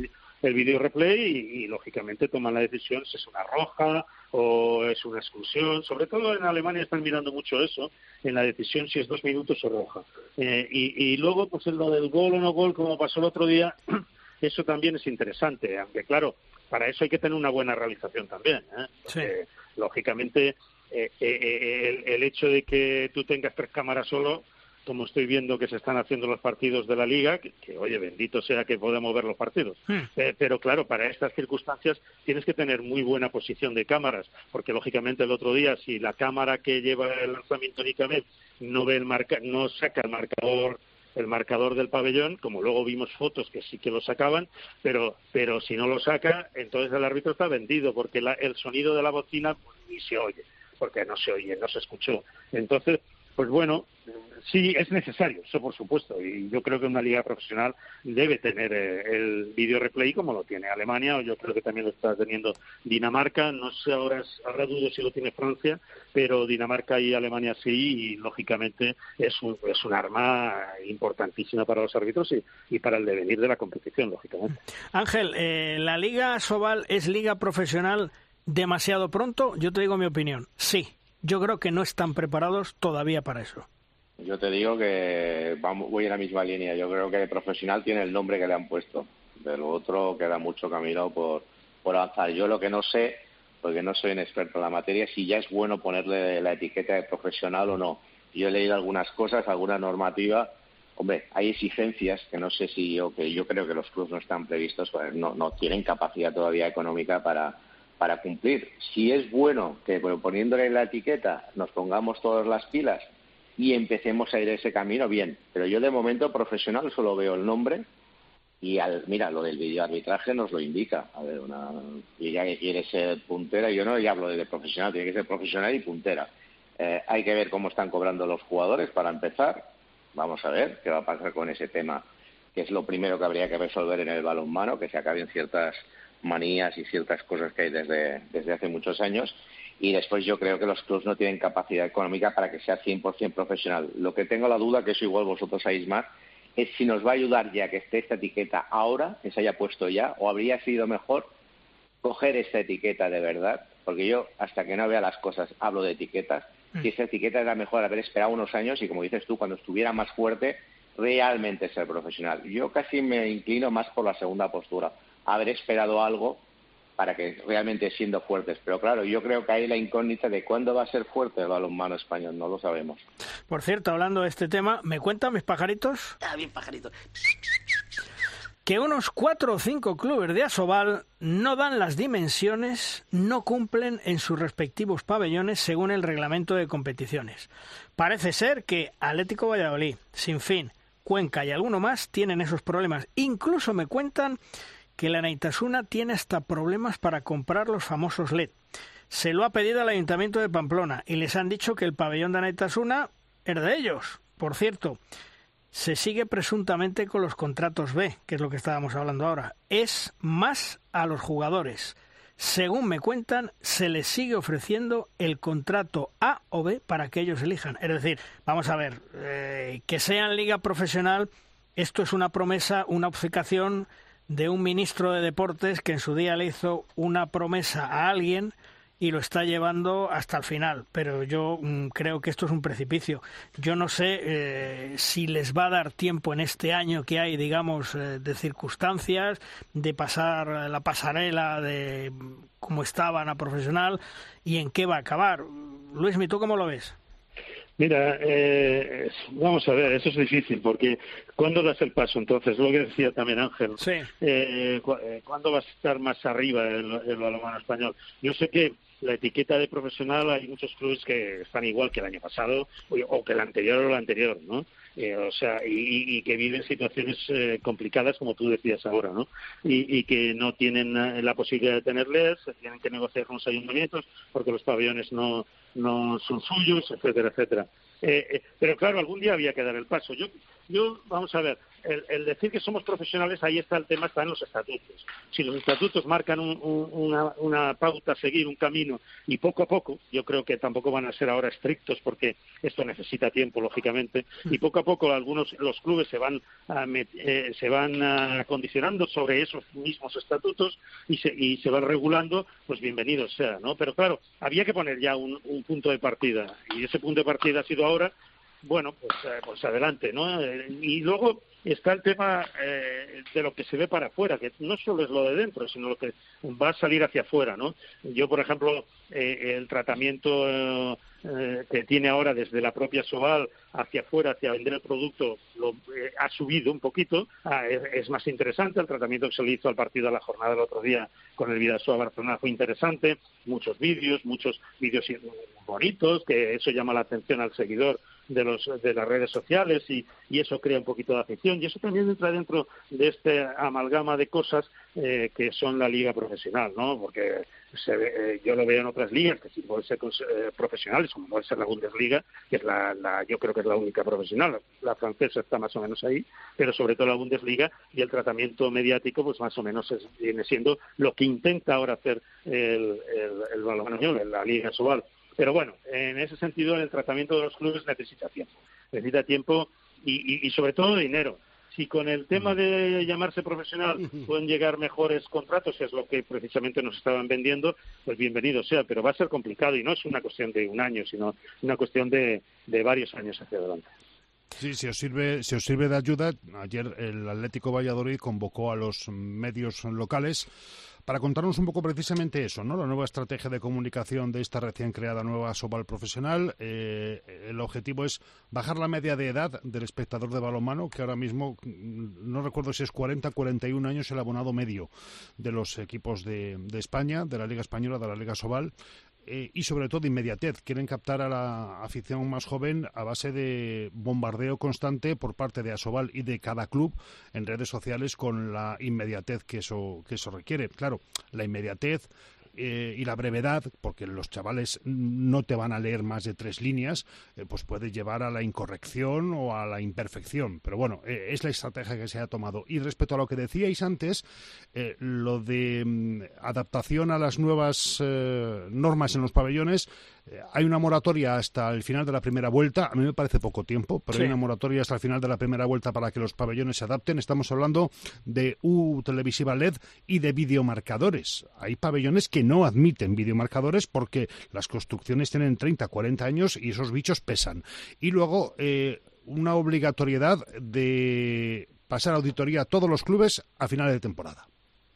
el video replay y, y lógicamente toman la decisión si es una roja o es una expulsión. Sobre todo en Alemania están mirando mucho eso, en la decisión si es dos minutos o roja. Eh, y, y luego, pues en lo del gol o no gol, como pasó el otro día, eso también es interesante, aunque claro, para eso hay que tener una buena realización también, ¿eh? Porque, sí. Lógicamente, eh, eh, el, el hecho de que tú tengas tres cámaras solo, como estoy viendo que se están haciendo los partidos de la Liga, que, que oye, bendito sea que podemos ver los partidos. Hmm. Eh, pero claro, para estas circunstancias tienes que tener muy buena posición de cámaras, porque lógicamente el otro día, si la cámara que lleva el lanzamiento únicamente no ve el marca, no saca el marcador el marcador del pabellón, como luego vimos fotos que sí que lo sacaban, pero pero si no lo saca, entonces el árbitro está vendido, porque la, el sonido de la bocina pues, ni se oye, porque no se oye, no se escuchó. Entonces, pues bueno, sí es necesario, eso por supuesto, y yo creo que una liga profesional debe tener eh, el video replay como lo tiene Alemania, o yo creo que también lo está teniendo Dinamarca. No sé, ahora, ahora dudo si lo tiene Francia, pero Dinamarca y Alemania sí, y lógicamente es un, es un arma importantísima para los árbitros y, y para el devenir de la competición, lógicamente. Ángel, eh, ¿la Liga Sobal es liga profesional demasiado pronto? Yo te digo mi opinión, sí. Yo creo que no están preparados todavía para eso. Yo te digo que vamos, voy en la misma línea. Yo creo que el profesional tiene el nombre que le han puesto. De lo otro queda mucho camino por, por avanzar. Yo lo que no sé, porque no soy un experto en la materia, si ya es bueno ponerle la etiqueta de profesional o no. Yo he leído algunas cosas, alguna normativa. Hombre, hay exigencias que no sé si yo, que yo creo que los clubes no están previstos, pues no, no tienen capacidad todavía económica para... para cumplir. Si es bueno que bueno, poniéndole la etiqueta nos pongamos todas las pilas y empecemos a ir ese camino, bien, pero yo de momento profesional solo veo el nombre y al, mira, lo del videoarbitraje nos lo indica. A ver, una y ya que quiere ser puntera, yo no ya hablo de profesional, tiene que ser profesional y puntera. Eh, hay que ver cómo están cobrando los jugadores para empezar. Vamos a ver qué va a pasar con ese tema, que es lo primero que habría que resolver en el balonmano, que se acaben ciertas manías y ciertas cosas que hay desde, desde hace muchos años, y después yo creo que los clubes no tienen capacidad económica para que sea cien por ciento profesional. Lo que tengo la duda, que eso igual vosotros sabéis más, es si nos va a ayudar ya que esté esta etiqueta ahora, que se haya puesto ya, o habría sido mejor coger esta etiqueta de verdad, porque yo hasta que no vea las cosas hablo de etiquetas, mm. si esta etiqueta era mejor haber esperado unos años y, como dices tú, cuando estuviera más fuerte, realmente ser profesional. Yo casi me inclino más por la segunda postura, haber esperado algo para que realmente siendo fuertes. Pero claro, yo creo que hay la incógnita de cuándo va a ser fuerte el balonmano español, no lo sabemos. Por cierto, hablando de este tema, ¿me cuentan mis pajaritos? Ah, bien pajaritos. Que unos cuatro o cinco clubes de Asobal no dan las dimensiones, no cumplen en sus respectivos pabellones según el reglamento de competiciones. Parece ser que Atlético Valladolid, Sinfín, Cuenca y alguno más tienen esos problemas. Incluso me cuentan que la Neitasuna tiene hasta problemas para comprar los famosos L E D. Se lo ha pedido al Ayuntamiento de Pamplona y les han dicho que el pabellón de Neitasuna es de ellos. Por cierto, se sigue presuntamente con los contratos B, que es lo que estábamos hablando ahora. Es más a los jugadores. Según me cuentan, se les sigue ofreciendo el contrato A o B para que ellos elijan. Es decir, vamos a ver, eh, que sean liga profesional, esto es una promesa, una obcecación de un ministro de Deportes que en su día le hizo una promesa a alguien y lo está llevando hasta el final. Pero yo mmm, creo que esto es un precipicio. Yo no sé eh, si les va a dar tiempo en este año que hay, digamos, eh, de circunstancias, de pasar la pasarela de cómo estaban a profesional y en qué va a acabar. Luismi, ¿tú cómo lo ves? Mira, eh, vamos a ver, eso es difícil, porque ¿cuándo das el paso? Entonces, lo que decía también Ángel, sí. eh, ¿cuándo vas a estar más arriba el, el balonmano español? Yo sé que la etiqueta de profesional, hay muchos clubes que están igual que el año pasado, o, o que el anterior o el anterior, ¿no? Eh, o sea, y, y que viven situaciones eh, complicadas, como tú decías ahora, ¿no? Y, y que no tienen la posibilidad de tener L E D, se tienen que negociar con los ayuntamientos, porque los pabellones no no son suyos, etcétera, etcétera. Eh, eh, pero claro, algún día había que dar el paso. Yo, yo vamos a ver, el, el decir que somos profesionales, ahí está el tema, está en los estatutos. Si los estatutos marcan un, un, una, una pauta a seguir, un camino, y poco a poco, yo creo que tampoco van a ser ahora estrictos, porque esto necesita tiempo, lógicamente, y poco a poco algunos los clubes se van a met, eh, se van a condicionando sobre esos mismos estatutos y se, y se van regulando, pues bienvenido sea, ¿no? Pero claro, había que poner ya un, un punto de partida, y ese punto de partida ha sido ahora. Bueno, pues, eh, pues adelante, ¿no? Eh, y luego está el tema eh, de lo que se ve para afuera, que no solo es lo de dentro, sino lo que va a salir hacia afuera, ¿no? Yo, por ejemplo, eh, el tratamiento eh, eh, que tiene ahora desde la propia Sobal hacia afuera, hacia vender el producto, lo, eh, ha subido un poquito, ah, es, es más interesante. El tratamiento que se le hizo al partido de la jornada del otro día con el Vidasoa Barcelona fue interesante, muchos vídeos, muchos vídeos bonitos, que eso llama la atención al seguidor de los de las redes sociales y, y eso crea un poquito de afición, y eso también entra dentro de este amalgama de cosas eh, que son la liga profesional, ¿no? Porque se ve, eh, yo lo veo en otras ligas que sí pueden ser eh, profesionales, como puede ser la Bundesliga, que es la, la yo creo que es la única profesional. La francesa está más o menos ahí, pero sobre todo la Bundesliga, y el tratamiento mediático pues más o menos es, viene siendo lo que intenta ahora hacer el, el, el balonmano español, la Liga Sobal. Pero bueno, en ese sentido el tratamiento de los clubes necesita tiempo, necesita tiempo y, y, y sobre todo dinero. Si con el tema de llamarse profesional pueden llegar mejores contratos, que es lo que precisamente nos estaban vendiendo, pues bienvenido sea, pero va a ser complicado y no es una cuestión de un año, sino una cuestión de, de varios años hacia adelante. Sí, si os sirve, si os sirve de ayuda, ayer el Atlético Valladolid convocó a los medios locales para contarnos un poco precisamente eso, ¿no? La nueva estrategia de comunicación de esta recién creada nueva Sobal profesional. Eh, el objetivo es bajar la media de edad del espectador de balonmano, que ahora mismo, no recuerdo si es cuarenta, cuarenta y un años el abonado medio de los equipos de, de España, de la Liga Española, de la Liga Sobal. Eh, y sobre todo inmediatez. Quieren captar a la afición más joven a base de bombardeo constante por parte de Asobal y de cada club en redes sociales con la inmediatez que eso, que eso requiere. Claro, la inmediatez eh, y la brevedad, porque los chavales no te van a leer más de tres líneas, eh, pues puede llevar a la incorrección o a la imperfección. Pero bueno, eh, es la estrategia que se ha tomado. Y respecto a lo que decíais antes, eh, lo de mm, adaptación a las nuevas eh, normas en los pabellones, eh, hay una moratoria hasta el final de la primera vuelta. A mí me parece poco tiempo, pero sí. Hay una moratoria hasta el final de la primera vuelta para que los pabellones se adapten. Estamos hablando de U televisiva L E D y de videomarcadores. Hay pabellones que no admiten videomarcadores porque las construcciones tienen treinta, cuarenta años y esos bichos pesan. Y luego eh, una obligatoriedad de pasar auditoría a todos los clubes a finales de temporada.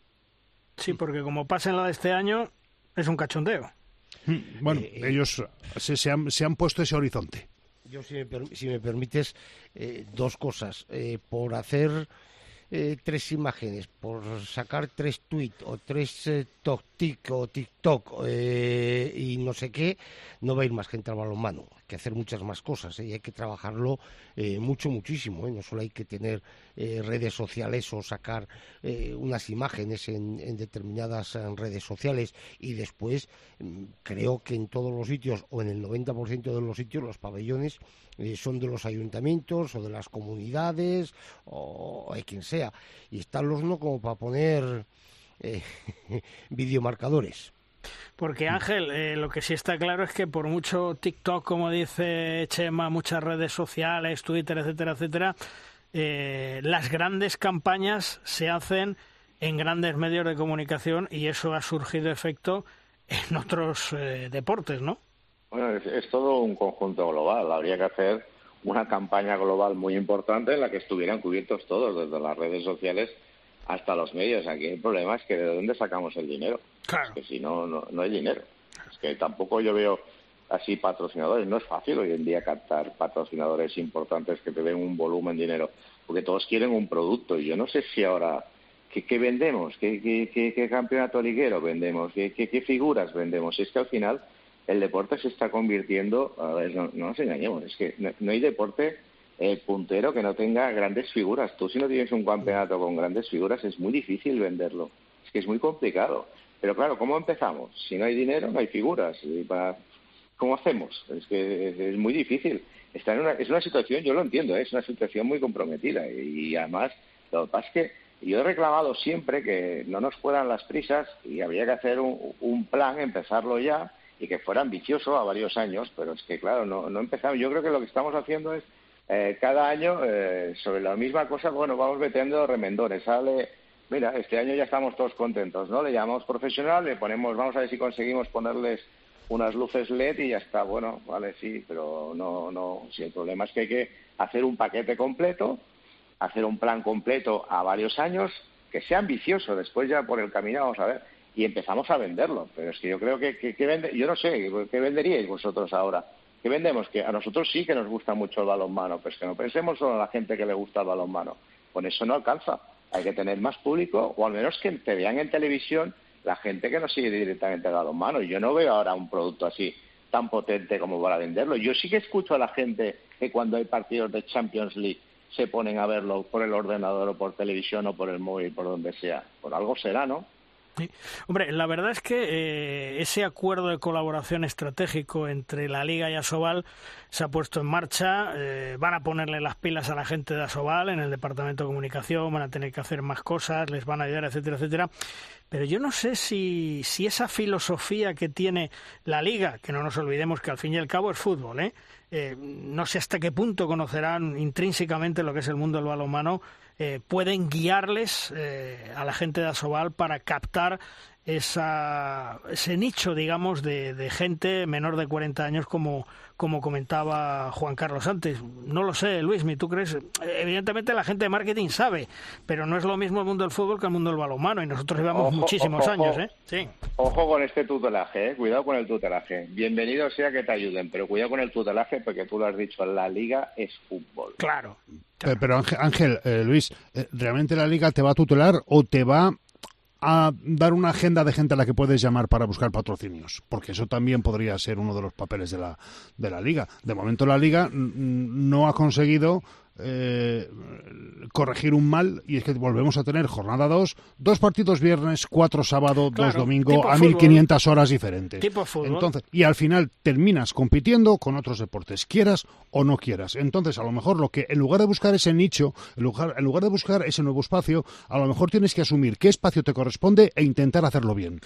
Sí, porque como pasa en la de este año, es un cachondeo. Bueno, eh, eh, ellos se, se, han, se han puesto ese horizonte. Yo, si me, per- si me permites, eh, dos cosas. Eh, por hacer eh, tres imágenes, por sacar tres tweets o tres eh, TokTik o TikTok eh, y no sé qué, no va a ir más gente al balonmano. Hay que hacer muchas más cosas, ¿eh? Y hay que trabajarlo eh, mucho, muchísimo, ¿eh? No solo hay que tener eh, redes sociales o sacar eh, unas imágenes en, en determinadas en redes sociales y después mm, creo que en todos los sitios o en el noventa por ciento de los sitios los pabellones eh, son de los ayuntamientos o de las comunidades o de quien sea, y están los no como para poner eh, videomarcadores. Porque Ángel, eh, lo que sí está claro es que por mucho TikTok, como dice Chema, muchas redes sociales, Twitter, etcétera, etcétera, eh, las grandes campañas se hacen en grandes medios de comunicación y eso ha surgido efecto en otros eh, deportes, ¿no? Bueno, es, es todo un conjunto global. Habría que hacer una campaña global muy importante en la que estuvieran cubiertos todos, desde las redes sociales hasta los medios. Aquí el problema es que ¿de dónde sacamos el dinero? Claro. Es que si no, no, no hay dinero. Es que tampoco yo veo así patrocinadores. No es fácil hoy en día captar patrocinadores importantes que te den un volumen de dinero, porque todos quieren un producto. Y yo no sé si ahora, ¿qué, qué vendemos? ¿Qué, qué, qué, qué campeonato liguero vendemos? ¿Qué, qué, qué figuras vendemos? Y es que al final el deporte se está convirtiendo, a ver, no, no nos engañemos, es que no, no hay deporte eh, puntero que no tenga grandes figuras. Tú, si no tienes un campeonato con grandes figuras, es muy difícil venderlo. Es que es muy complicado. Pero claro, ¿cómo empezamos? Si no hay dinero, no hay figuras. Y para, ¿cómo hacemos? Es que es, es muy difícil. Está en una, es una situación, yo lo entiendo, ¿eh? Es una situación muy comprometida y, y además lo que pasa es que yo he reclamado siempre que no nos fueran las prisas y habría que hacer un, un plan, empezarlo ya y que fuera ambicioso a varios años, pero es que claro, no, no empezamos. Yo creo que lo que estamos haciendo es eh, cada año eh, sobre la misma cosa, bueno, vamos metiendo remendones, sale, mira, este año ya estamos todos contentos, ¿no? Le llamamos profesional, le ponemos, vamos a ver si conseguimos ponerles unas luces L E D y ya está, bueno, vale, sí, pero no, no, si el problema es que hay que hacer un paquete completo, hacer un plan completo a varios años, que sea ambicioso, después ya por el camino vamos a ver, y empezamos a venderlo, pero es que yo creo que, que, que vende, yo no sé, ¿qué venderíais vosotros ahora? ¿Qué vendemos? Que a nosotros sí que nos gusta mucho el balonmano, pero es que no pensemos solo en la gente que le gusta el balonmano, con eso no alcanza, hay que tener más público, o al menos que te vean en televisión la gente que no sigue directamente el balonmano. Yo no veo ahora un producto así tan potente como para venderlo. Yo sí que escucho a la gente que cuando hay partidos de Champions League se ponen a verlo por el ordenador o por televisión o por el móvil, por donde sea. Por algo será, ¿no? Sí. Hombre, la verdad es que eh, ese acuerdo de colaboración estratégico entre la Liga y Asobal se ha puesto en marcha. Eh, van a ponerle las pilas a la gente de Asobal en el departamento de comunicación, van a tener que hacer más cosas, les van a ayudar, etcétera, etcétera. Pero yo no sé si, si esa filosofía que tiene la Liga, que no nos olvidemos que al fin y al cabo es fútbol, ¿eh? Eh, no sé hasta qué punto conocerán intrínsecamente lo que es el mundo del balonmano, eh, pueden guiarles eh, a la gente de Asobal para captar esa, ese nicho, digamos, de, de gente menor de cuarenta años, como, como comentaba Juan Carlos antes. No lo sé, Luismi, ¿tú crees? Evidentemente la gente de marketing sabe, pero no es lo mismo el mundo del fútbol que el mundo del balonmano, y nosotros llevamos ojo, muchísimos ojo, años, ojo. ¿eh? Sí. Ojo con este tutelaje, ¿eh? Cuidado con el tutelaje. Bienvenido sea que te ayuden, pero cuidado con el tutelaje porque tú lo has dicho, la Liga es fútbol. Claro. Pero, pero Ángel, Ángel eh, Luis, eh, ¿realmente la Liga te va a tutelar o te va a dar una agenda de gente a la que puedes llamar para buscar patrocinios? Porque eso también podría ser uno de los papeles de la, de la Liga. De momento la Liga n- no ha conseguido eh, corregir un mal, y es que volvemos a tener jornada dos, dos partidos viernes, cuatro sábado, Claro, dos domingo, tipo a fútbol. mil quinientas horas diferentes. Tipo fútbol. Entonces, y al final terminas compitiendo con otros deportes, quieras o no quieras. Entonces, a lo mejor lo que, en lugar de buscar ese nicho, en lugar, en lugar de buscar ese nuevo espacio, a lo mejor tienes que asumir qué espacio te corresponde e intentar hacerlo bien.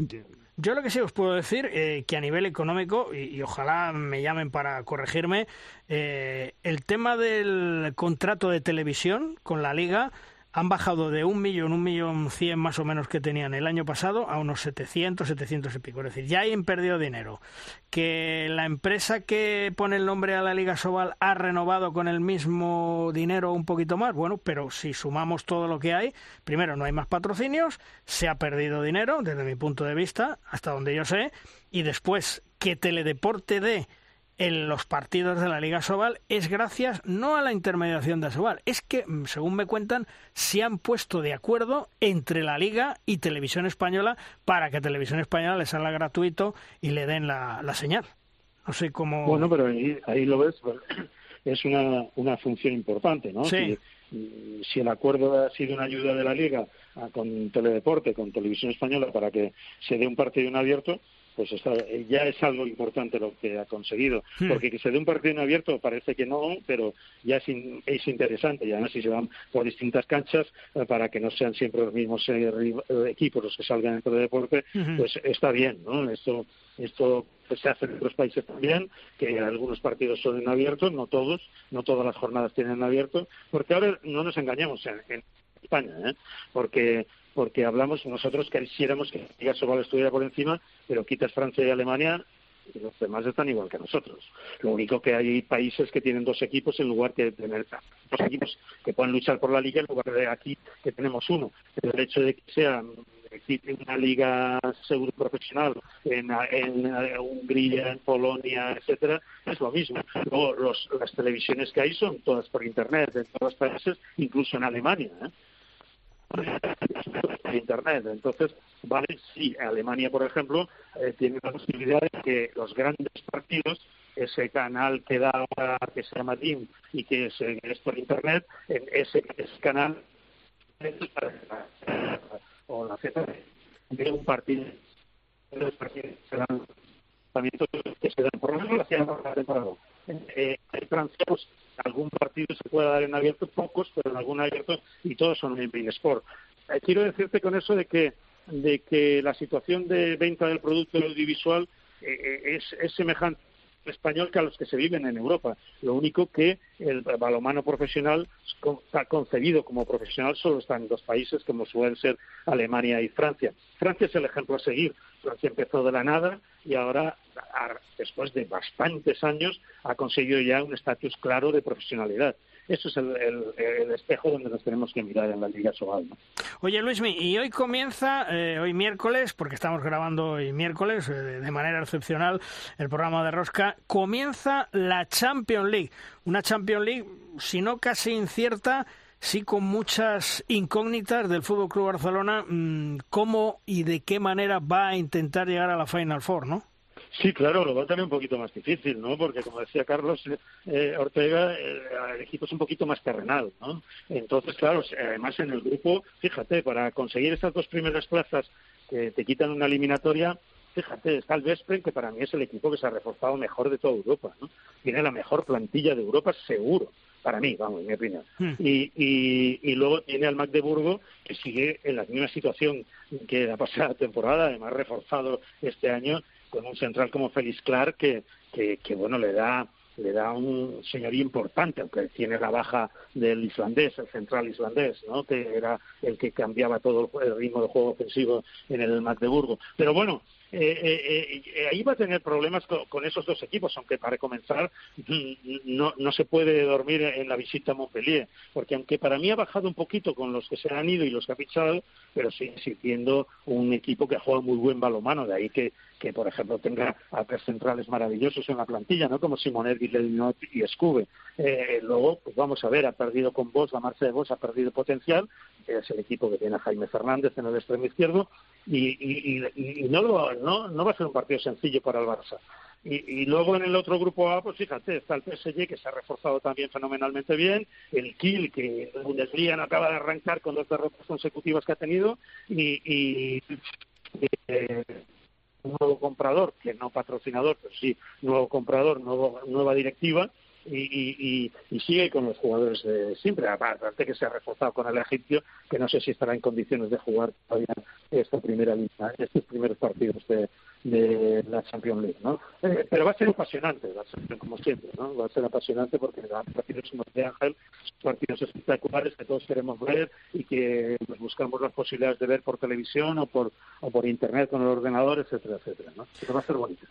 Yo lo que sí os puedo decir, eh, que a nivel económico, y, y ojalá me llamen para corregirme, eh, el tema del contrato de televisión con la Liga han bajado de un millón, un millón cien más o menos que tenían el año pasado a unos setecientos, setecientos y pico. Es decir, ya hayan perdido dinero. Que la empresa que pone el nombre a la Liga Asobal ha renovado con el mismo dinero un poquito más, bueno, pero si sumamos todo lo que hay, primero no hay más patrocinios, se ha perdido dinero, desde mi punto de vista, hasta donde yo sé, y después que Teledeporte dé en los partidos de la Liga Asobal es gracias no a la intermediación de Asobal, es que, según me cuentan, se han puesto de acuerdo entre la Liga y Televisión Española para que Televisión Española les salga gratuito y le den la, la señal. No sé cómo... Bueno, pero ahí, ahí lo ves, es una, una función importante, ¿no? Sí. Si, si el acuerdo ha sido una ayuda de la Liga a, con Teledeporte, con Televisión Española, para que se dé un partido en abierto, pues está, ya es algo importante lo que ha conseguido, Hmm. porque que se dé un partido en abierto parece que no, pero ya es, in, es interesante, y además si se van por distintas canchas eh, para que no sean siempre los mismos eh, eh, equipos los que salgan dentro de deporte, Ujú. pues está bien, ¿no? Esto esto pues, se hace en otros países también, que algunos partidos son en abierto, no todos, no todas las jornadas tienen en abierto, porque ahora no nos engañemos en, en España, ¿eh? porque porque hablamos nosotros que quisiéramos que la Liga Asobal estuviera por encima, pero quitas Francia y Alemania y los demás están igual que nosotros. Lo único que hay países que tienen dos equipos en lugar de tener dos equipos que puedan luchar por la Liga en lugar de aquí que tenemos uno. Pero el hecho de que sea existe una liga seguro profesional en, en, en Hungría, en Polonia, etcétera, es lo mismo. Luego los, las televisiones que hay son todas por internet en todos los países, incluso en Alemania, ¿eh? Internet. Entonces, vale, sí, Alemania, por ejemplo, eh, tiene la posibilidad de que los grandes partidos, ese canal que da ahora, que se llama D I M y que es, es por Internet, en ese, ese canal o la Z de un partido, los partidos serán desplazamientos que se dan. Por lo menos lo hacían en la temporada. Eh, en Francia, pues algún partido se puede dar en abierto, pocos, pero en algún abierto, y todos son en Bein Sport. Eh, quiero decirte con eso de que de que la situación de venta del producto audiovisual eh, es, es semejante español que a los que se viven en Europa. Lo único que el balonmano profesional está concebido como profesional solo está en dos países como suelen ser Alemania y Francia. Francia es el ejemplo a seguir. Francia empezó de la nada y ahora, después de bastantes años, ha conseguido ya un estatus claro de profesionalidad. Eso es el, el, el espejo donde nos tenemos que mirar en la Liga Sobal, ¿no? Oye, Luismi, y hoy comienza, eh, hoy miércoles, porque estamos grabando hoy miércoles, eh, de manera excepcional, el programa de Rosca, comienza la Champions League. Una Champions League, si no casi incierta, sí con muchas incógnitas del F C Barcelona. Mmm, ¿Cómo y de qué manera va a intentar llegar a la Final Four, no? Sí, claro, lo va a tener un poquito más difícil, ¿no? Porque, como decía Carlos eh, Ortega, eh, el equipo es un poquito más terrenal, ¿no? Entonces, claro, además en el grupo, fíjate, para conseguir estas dos primeras plazas que te quitan una eliminatoria, fíjate, está el Veszprém, que para mí es el equipo que se ha reforzado mejor de toda Europa, ¿no? Tiene la mejor plantilla de Europa, seguro, para mí, vamos, en mi opinión. Mm. Y, y, y luego tiene al Magdeburgo, que sigue en la misma situación que la pasada temporada, además reforzado este año, con un central como Félix Clark que, que, que bueno, le da le da un señorío importante, aunque tiene la baja del islandés, el central islandés, ¿no? Que era el que cambiaba todo el ritmo de juego ofensivo en el Magdeburgo. Pero bueno, eh, eh, eh, ahí va a tener problemas con, con esos dos equipos, aunque para comenzar no, no se puede dormir en la visita a Montpellier, porque aunque para mí ha bajado un poquito con los que se han ido y los que ha fichado, pero sigue siendo un equipo que ha jugado muy buen balonmano, de ahí que que por ejemplo tenga a tres centrales maravillosos en la plantilla, ¿no? Como Simonet, Guillenot y Escube. Eh, luego, pues vamos a ver, ha perdido con Bosch, la marcha de Bosch ha perdido potencial, es el equipo que tiene a Jaime Fernández en el extremo izquierdo, y, y, y, y no, lo, no, no va a ser un partido sencillo para el Barça. Y, y luego en el otro grupo A, pues fíjate, está el P S G, que se ha reforzado también fenomenalmente bien, el Kiel, que el Bundesliga no acaba de arrancar con dos derrotas consecutivas que ha tenido, y... y eh, un nuevo comprador, que no patrocinador, pero sí nuevo comprador, nuevo, nueva directiva, y, y, y, y sigue con los jugadores de siempre, aparte que se ha reforzado con el egipcio, que no sé si estará en condiciones de jugar todavía esta primera lista, estos primeros partidos de, de la Champions League, ¿no? Eh, pero va a ser apasionante, va a ser como siempre, ¿no? Va a ser apasionante porque los partidos como de Ángel son partidos espectaculares que todos queremos ver y que pues, buscamos las posibilidades de ver por televisión o por o por internet con el ordenador, etcétera, etcétera, ¿no? Pero va a ser bonito.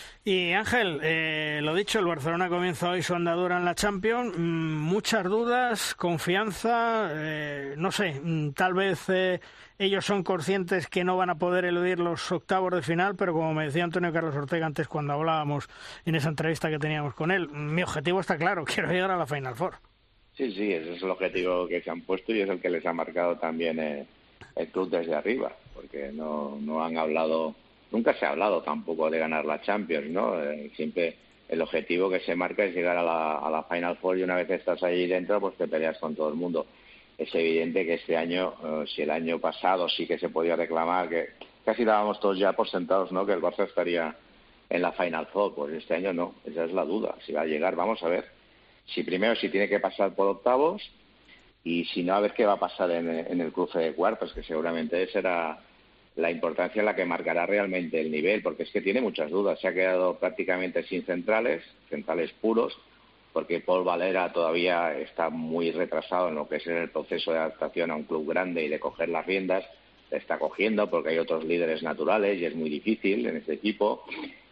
Y Ángel, eh, lo dicho, el Barcelona comienza hoy su andadura en la Champions, mm, muchas dudas, confianza, eh, no sé, mm, tal vez eh, ellos son conscientes que no van a poder eludir los octavos de final, pero como me decía Antonio Carlos Ortega antes cuando hablábamos en esa entrevista que teníamos con él, mi objetivo está claro, quiero llegar a la Final Four. Sí, sí, ese es el objetivo que se han puesto y es el que les ha marcado también eh, el club desde arriba, porque no, no han hablado... Nunca se ha hablado tampoco de ganar la Champions, ¿no? Eh, siempre el objetivo que se marca es llegar a la, a la Final Four y una vez estás ahí dentro, pues te peleas con todo el mundo. Es evidente que este año, eh, si el año pasado sí que se podía reclamar, que casi dábamos todos ya por sentados, ¿no? Que el Barça estaría en la Final Four, pues este año no, esa es la duda. Si va a llegar, vamos a ver. Si primero si tiene que pasar por octavos y si no, a ver qué va a pasar en, en el cruce de cuartos, que seguramente será la importancia en la que marcará realmente el nivel, porque es que tiene muchas dudas. Se ha quedado prácticamente sin centrales, centrales puros, porque Paul Valera todavía está muy retrasado en lo que es el proceso de adaptación a un club grande y de coger las riendas. Le está cogiendo porque hay otros líderes naturales y es muy difícil en este equipo.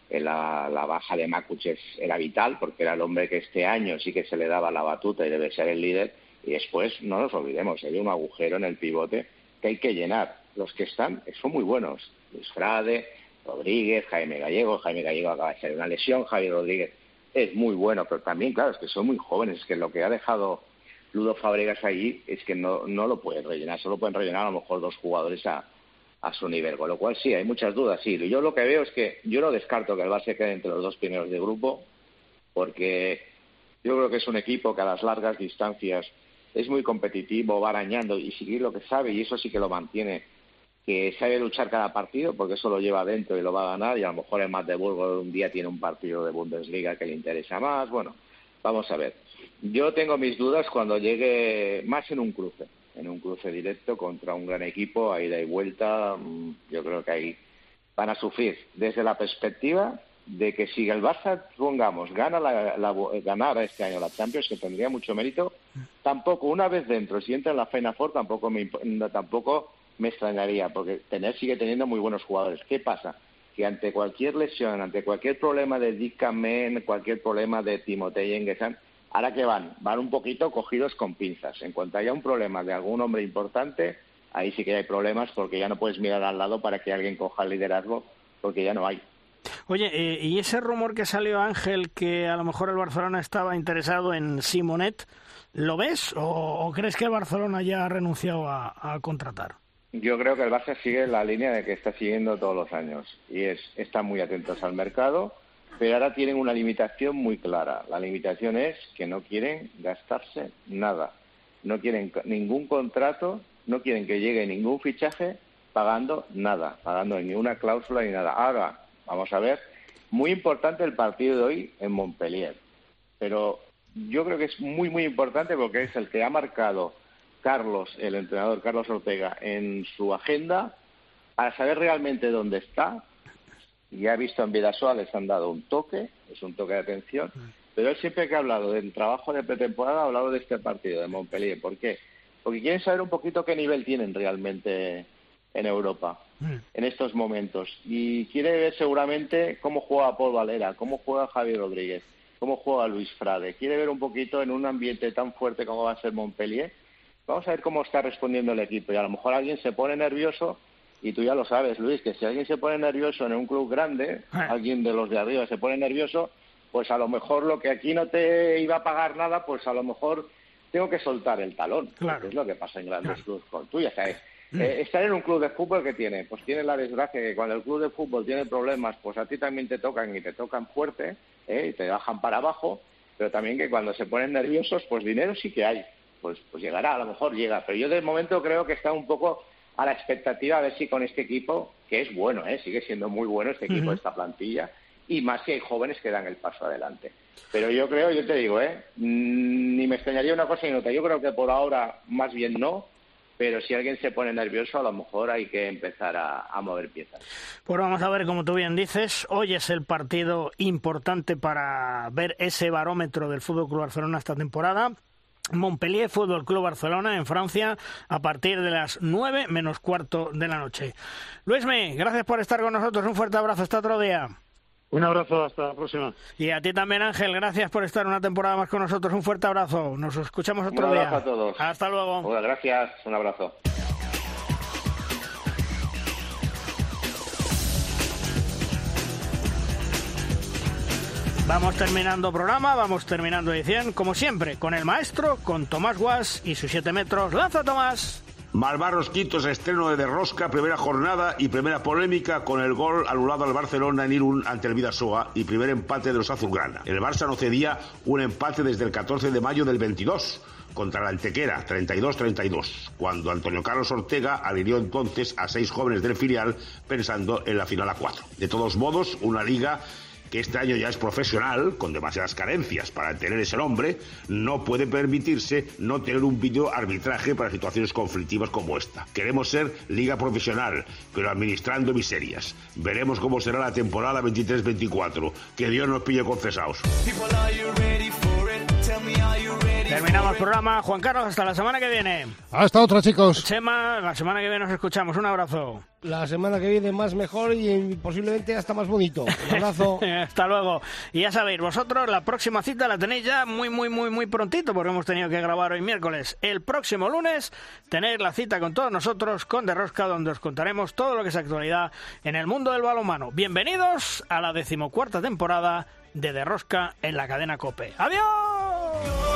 La, la baja de Makuch era vital porque era el hombre que este año sí que se le daba la batuta y debe ser el líder. Y después, no nos olvidemos, hay un agujero en el pivote que hay que llenar. Los que están son muy buenos. Luis Frade, Rodríguez, Jaime Gallego. Jaime Gallego acaba de ser una lesión. Javier Rodríguez es muy bueno, pero también, claro, es que son muy jóvenes. Es que lo que ha dejado Ludo Fábregas ahí es que no, no lo pueden rellenar. Solo pueden rellenar a lo mejor dos jugadores a, a su nivel. Con lo cual, sí, hay muchas dudas. Sí, yo lo que veo es que yo no descarto que el Barça quede entre los dos primeros de grupo, porque yo creo que es un equipo que a las largas distancias es muy competitivo, va arañando y seguir lo que sabe, y eso sí que lo mantiene que sabe luchar cada partido, porque eso lo lleva adentro y lo va a ganar, y a lo mejor el Magdeburgo un día tiene un partido de Bundesliga que le interesa más. Bueno, vamos a ver. Yo tengo mis dudas cuando llegue más en un cruce, en un cruce directo contra un gran equipo, a ida y vuelta. Yo creo que ahí van a sufrir desde la perspectiva de que si el Barça, pongamos, gana la, la, ganara este año la Champions, que tendría mucho mérito, tampoco una vez dentro, si entra en la Final Four, tampoco me, tampoco me extrañaría, porque tener sigue teniendo muy buenos jugadores. ¿Qué pasa? Que ante cualquier lesión, ante cualquier problema de Dick Kamen, cualquier problema de Timotei Engesan, ahora que van, van un poquito cogidos con pinzas. En cuanto haya un problema de algún hombre importante, ahí sí que hay problemas, porque ya no puedes mirar al lado para que alguien coja el liderazgo, porque ya no hay. Oye, eh, ¿y ese rumor que salió, Ángel, que a lo mejor el Barcelona estaba interesado en Simonet, lo ves o, o crees que el Barcelona ya ha renunciado a, a contratar? Yo creo que el Barça sigue la línea de que está siguiendo todos los años, y es están muy atentos al mercado, pero ahora tienen una limitación muy clara. La limitación es que no quieren gastarse nada, no quieren ningún contrato, no quieren que llegue ningún fichaje pagando nada, pagando ni una cláusula ni nada. Ahora, vamos a ver, muy importante el partido de hoy en Montpellier, pero yo creo que es muy, muy importante porque es el que ha marcado Carlos, el entrenador Carlos Ortega, en su agenda para saber realmente dónde está. Ya ha visto en Vidasoa, les han dado un toque, es un toque de atención, pero él siempre que ha hablado del trabajo de pretemporada ha hablado de este partido de Montpellier. ¿Por qué? Porque quieren saber un poquito qué nivel tienen realmente en Europa en estos momentos, y quiere ver seguramente cómo juega Paul Valera, cómo juega Javier Rodríguez, cómo juega Luis Frade. Quiere ver un poquito en un ambiente tan fuerte como va a ser Montpellier. Vamos a ver cómo está respondiendo el equipo, y a lo mejor alguien se pone nervioso, y tú ya lo sabes, Luis, que si alguien se pone nervioso en un club grande, alguien de los de arriba se pone nervioso, pues a lo mejor lo que aquí no te iba a pagar nada, pues a lo mejor tengo que soltar el talón. Claro. Que es lo que pasa en grandes claro. clubes. Con, tú ya sabes, mm. eh, estar en un club de fútbol, que tiene, pues tiene la desgracia que cuando el club de fútbol tiene problemas, pues a ti también te tocan, y te tocan fuerte, eh, y te bajan para abajo, pero también que cuando se ponen nerviosos, pues dinero sí que hay. Pues, pues llegará, a lo mejor llega, pero yo de momento creo que está un poco a la expectativa a ver si con este equipo, que es bueno, ¿eh? sigue siendo muy bueno este equipo, uh-huh. esta plantilla, y más si hay jóvenes que dan el paso adelante. Pero yo creo, yo te digo, ¿eh? ni me extrañaría una cosa ni otra. Yo creo que por ahora más bien no, pero si alguien se pone nervioso, a lo mejor hay que empezar a, a mover piezas. Pues vamos a ver, como tú bien dices, hoy es el partido importante para ver ese barómetro del F C Barcelona esta temporada. Montpellier Fútbol Club Barcelona en Francia a partir de las nueve menos cuarto de la noche. Luismi, gracias por estar con nosotros, un fuerte abrazo, hasta otro día. Un abrazo, hasta la próxima. Y a ti también, Ángel, gracias por estar una temporada más con nosotros, un fuerte abrazo, nos escuchamos otro día. Un abrazo día. a todos. Hasta luego. Bueno, gracias, un abrazo. Vamos terminando programa, vamos terminando edición, como siempre, con el maestro, con Tomás Guas y sus siete metros. ¡Lanza, Tomás! Malvarros Quitos, estreno de Derrosca, primera jornada y primera polémica con el gol anulado al Barcelona en Irún ante el Vidasoa y primer empate de los azulgrana. El Barça no cedía un empate desde el catorce de mayo del veintidós contra la Antequera, treinta y dos treinta y dos, cuando Antonio Carlos Ortega alineó entonces a seis jóvenes del filial pensando en la final a cuatro. De todos modos, una liga que este año ya es profesional, con demasiadas carencias para tener ese nombre, no puede permitirse no tener un video arbitraje para situaciones conflictivas como esta. Queremos ser liga profesional, pero administrando miserias. Veremos cómo será la temporada veintitrés veinticuatro. Que Dios nos pille confesados. Terminamos el programa. Juan Carlos, hasta la semana que viene. Hasta otra, chicos. Chema, la semana que viene nos escuchamos. Un abrazo. La semana que viene más mejor y posiblemente hasta más bonito. Un abrazo. Hasta luego. Y ya sabéis, vosotros la próxima cita la tenéis ya muy, muy, muy, muy prontito, porque hemos tenido que grabar hoy miércoles. El próximo lunes tenéis la cita con todos nosotros, con Derrosca, donde os contaremos todo lo que es actualidad en el mundo del balonmano. Bienvenidos a la decimocuarta temporada de Derrosca en la cadena COPE. ¡Adiós!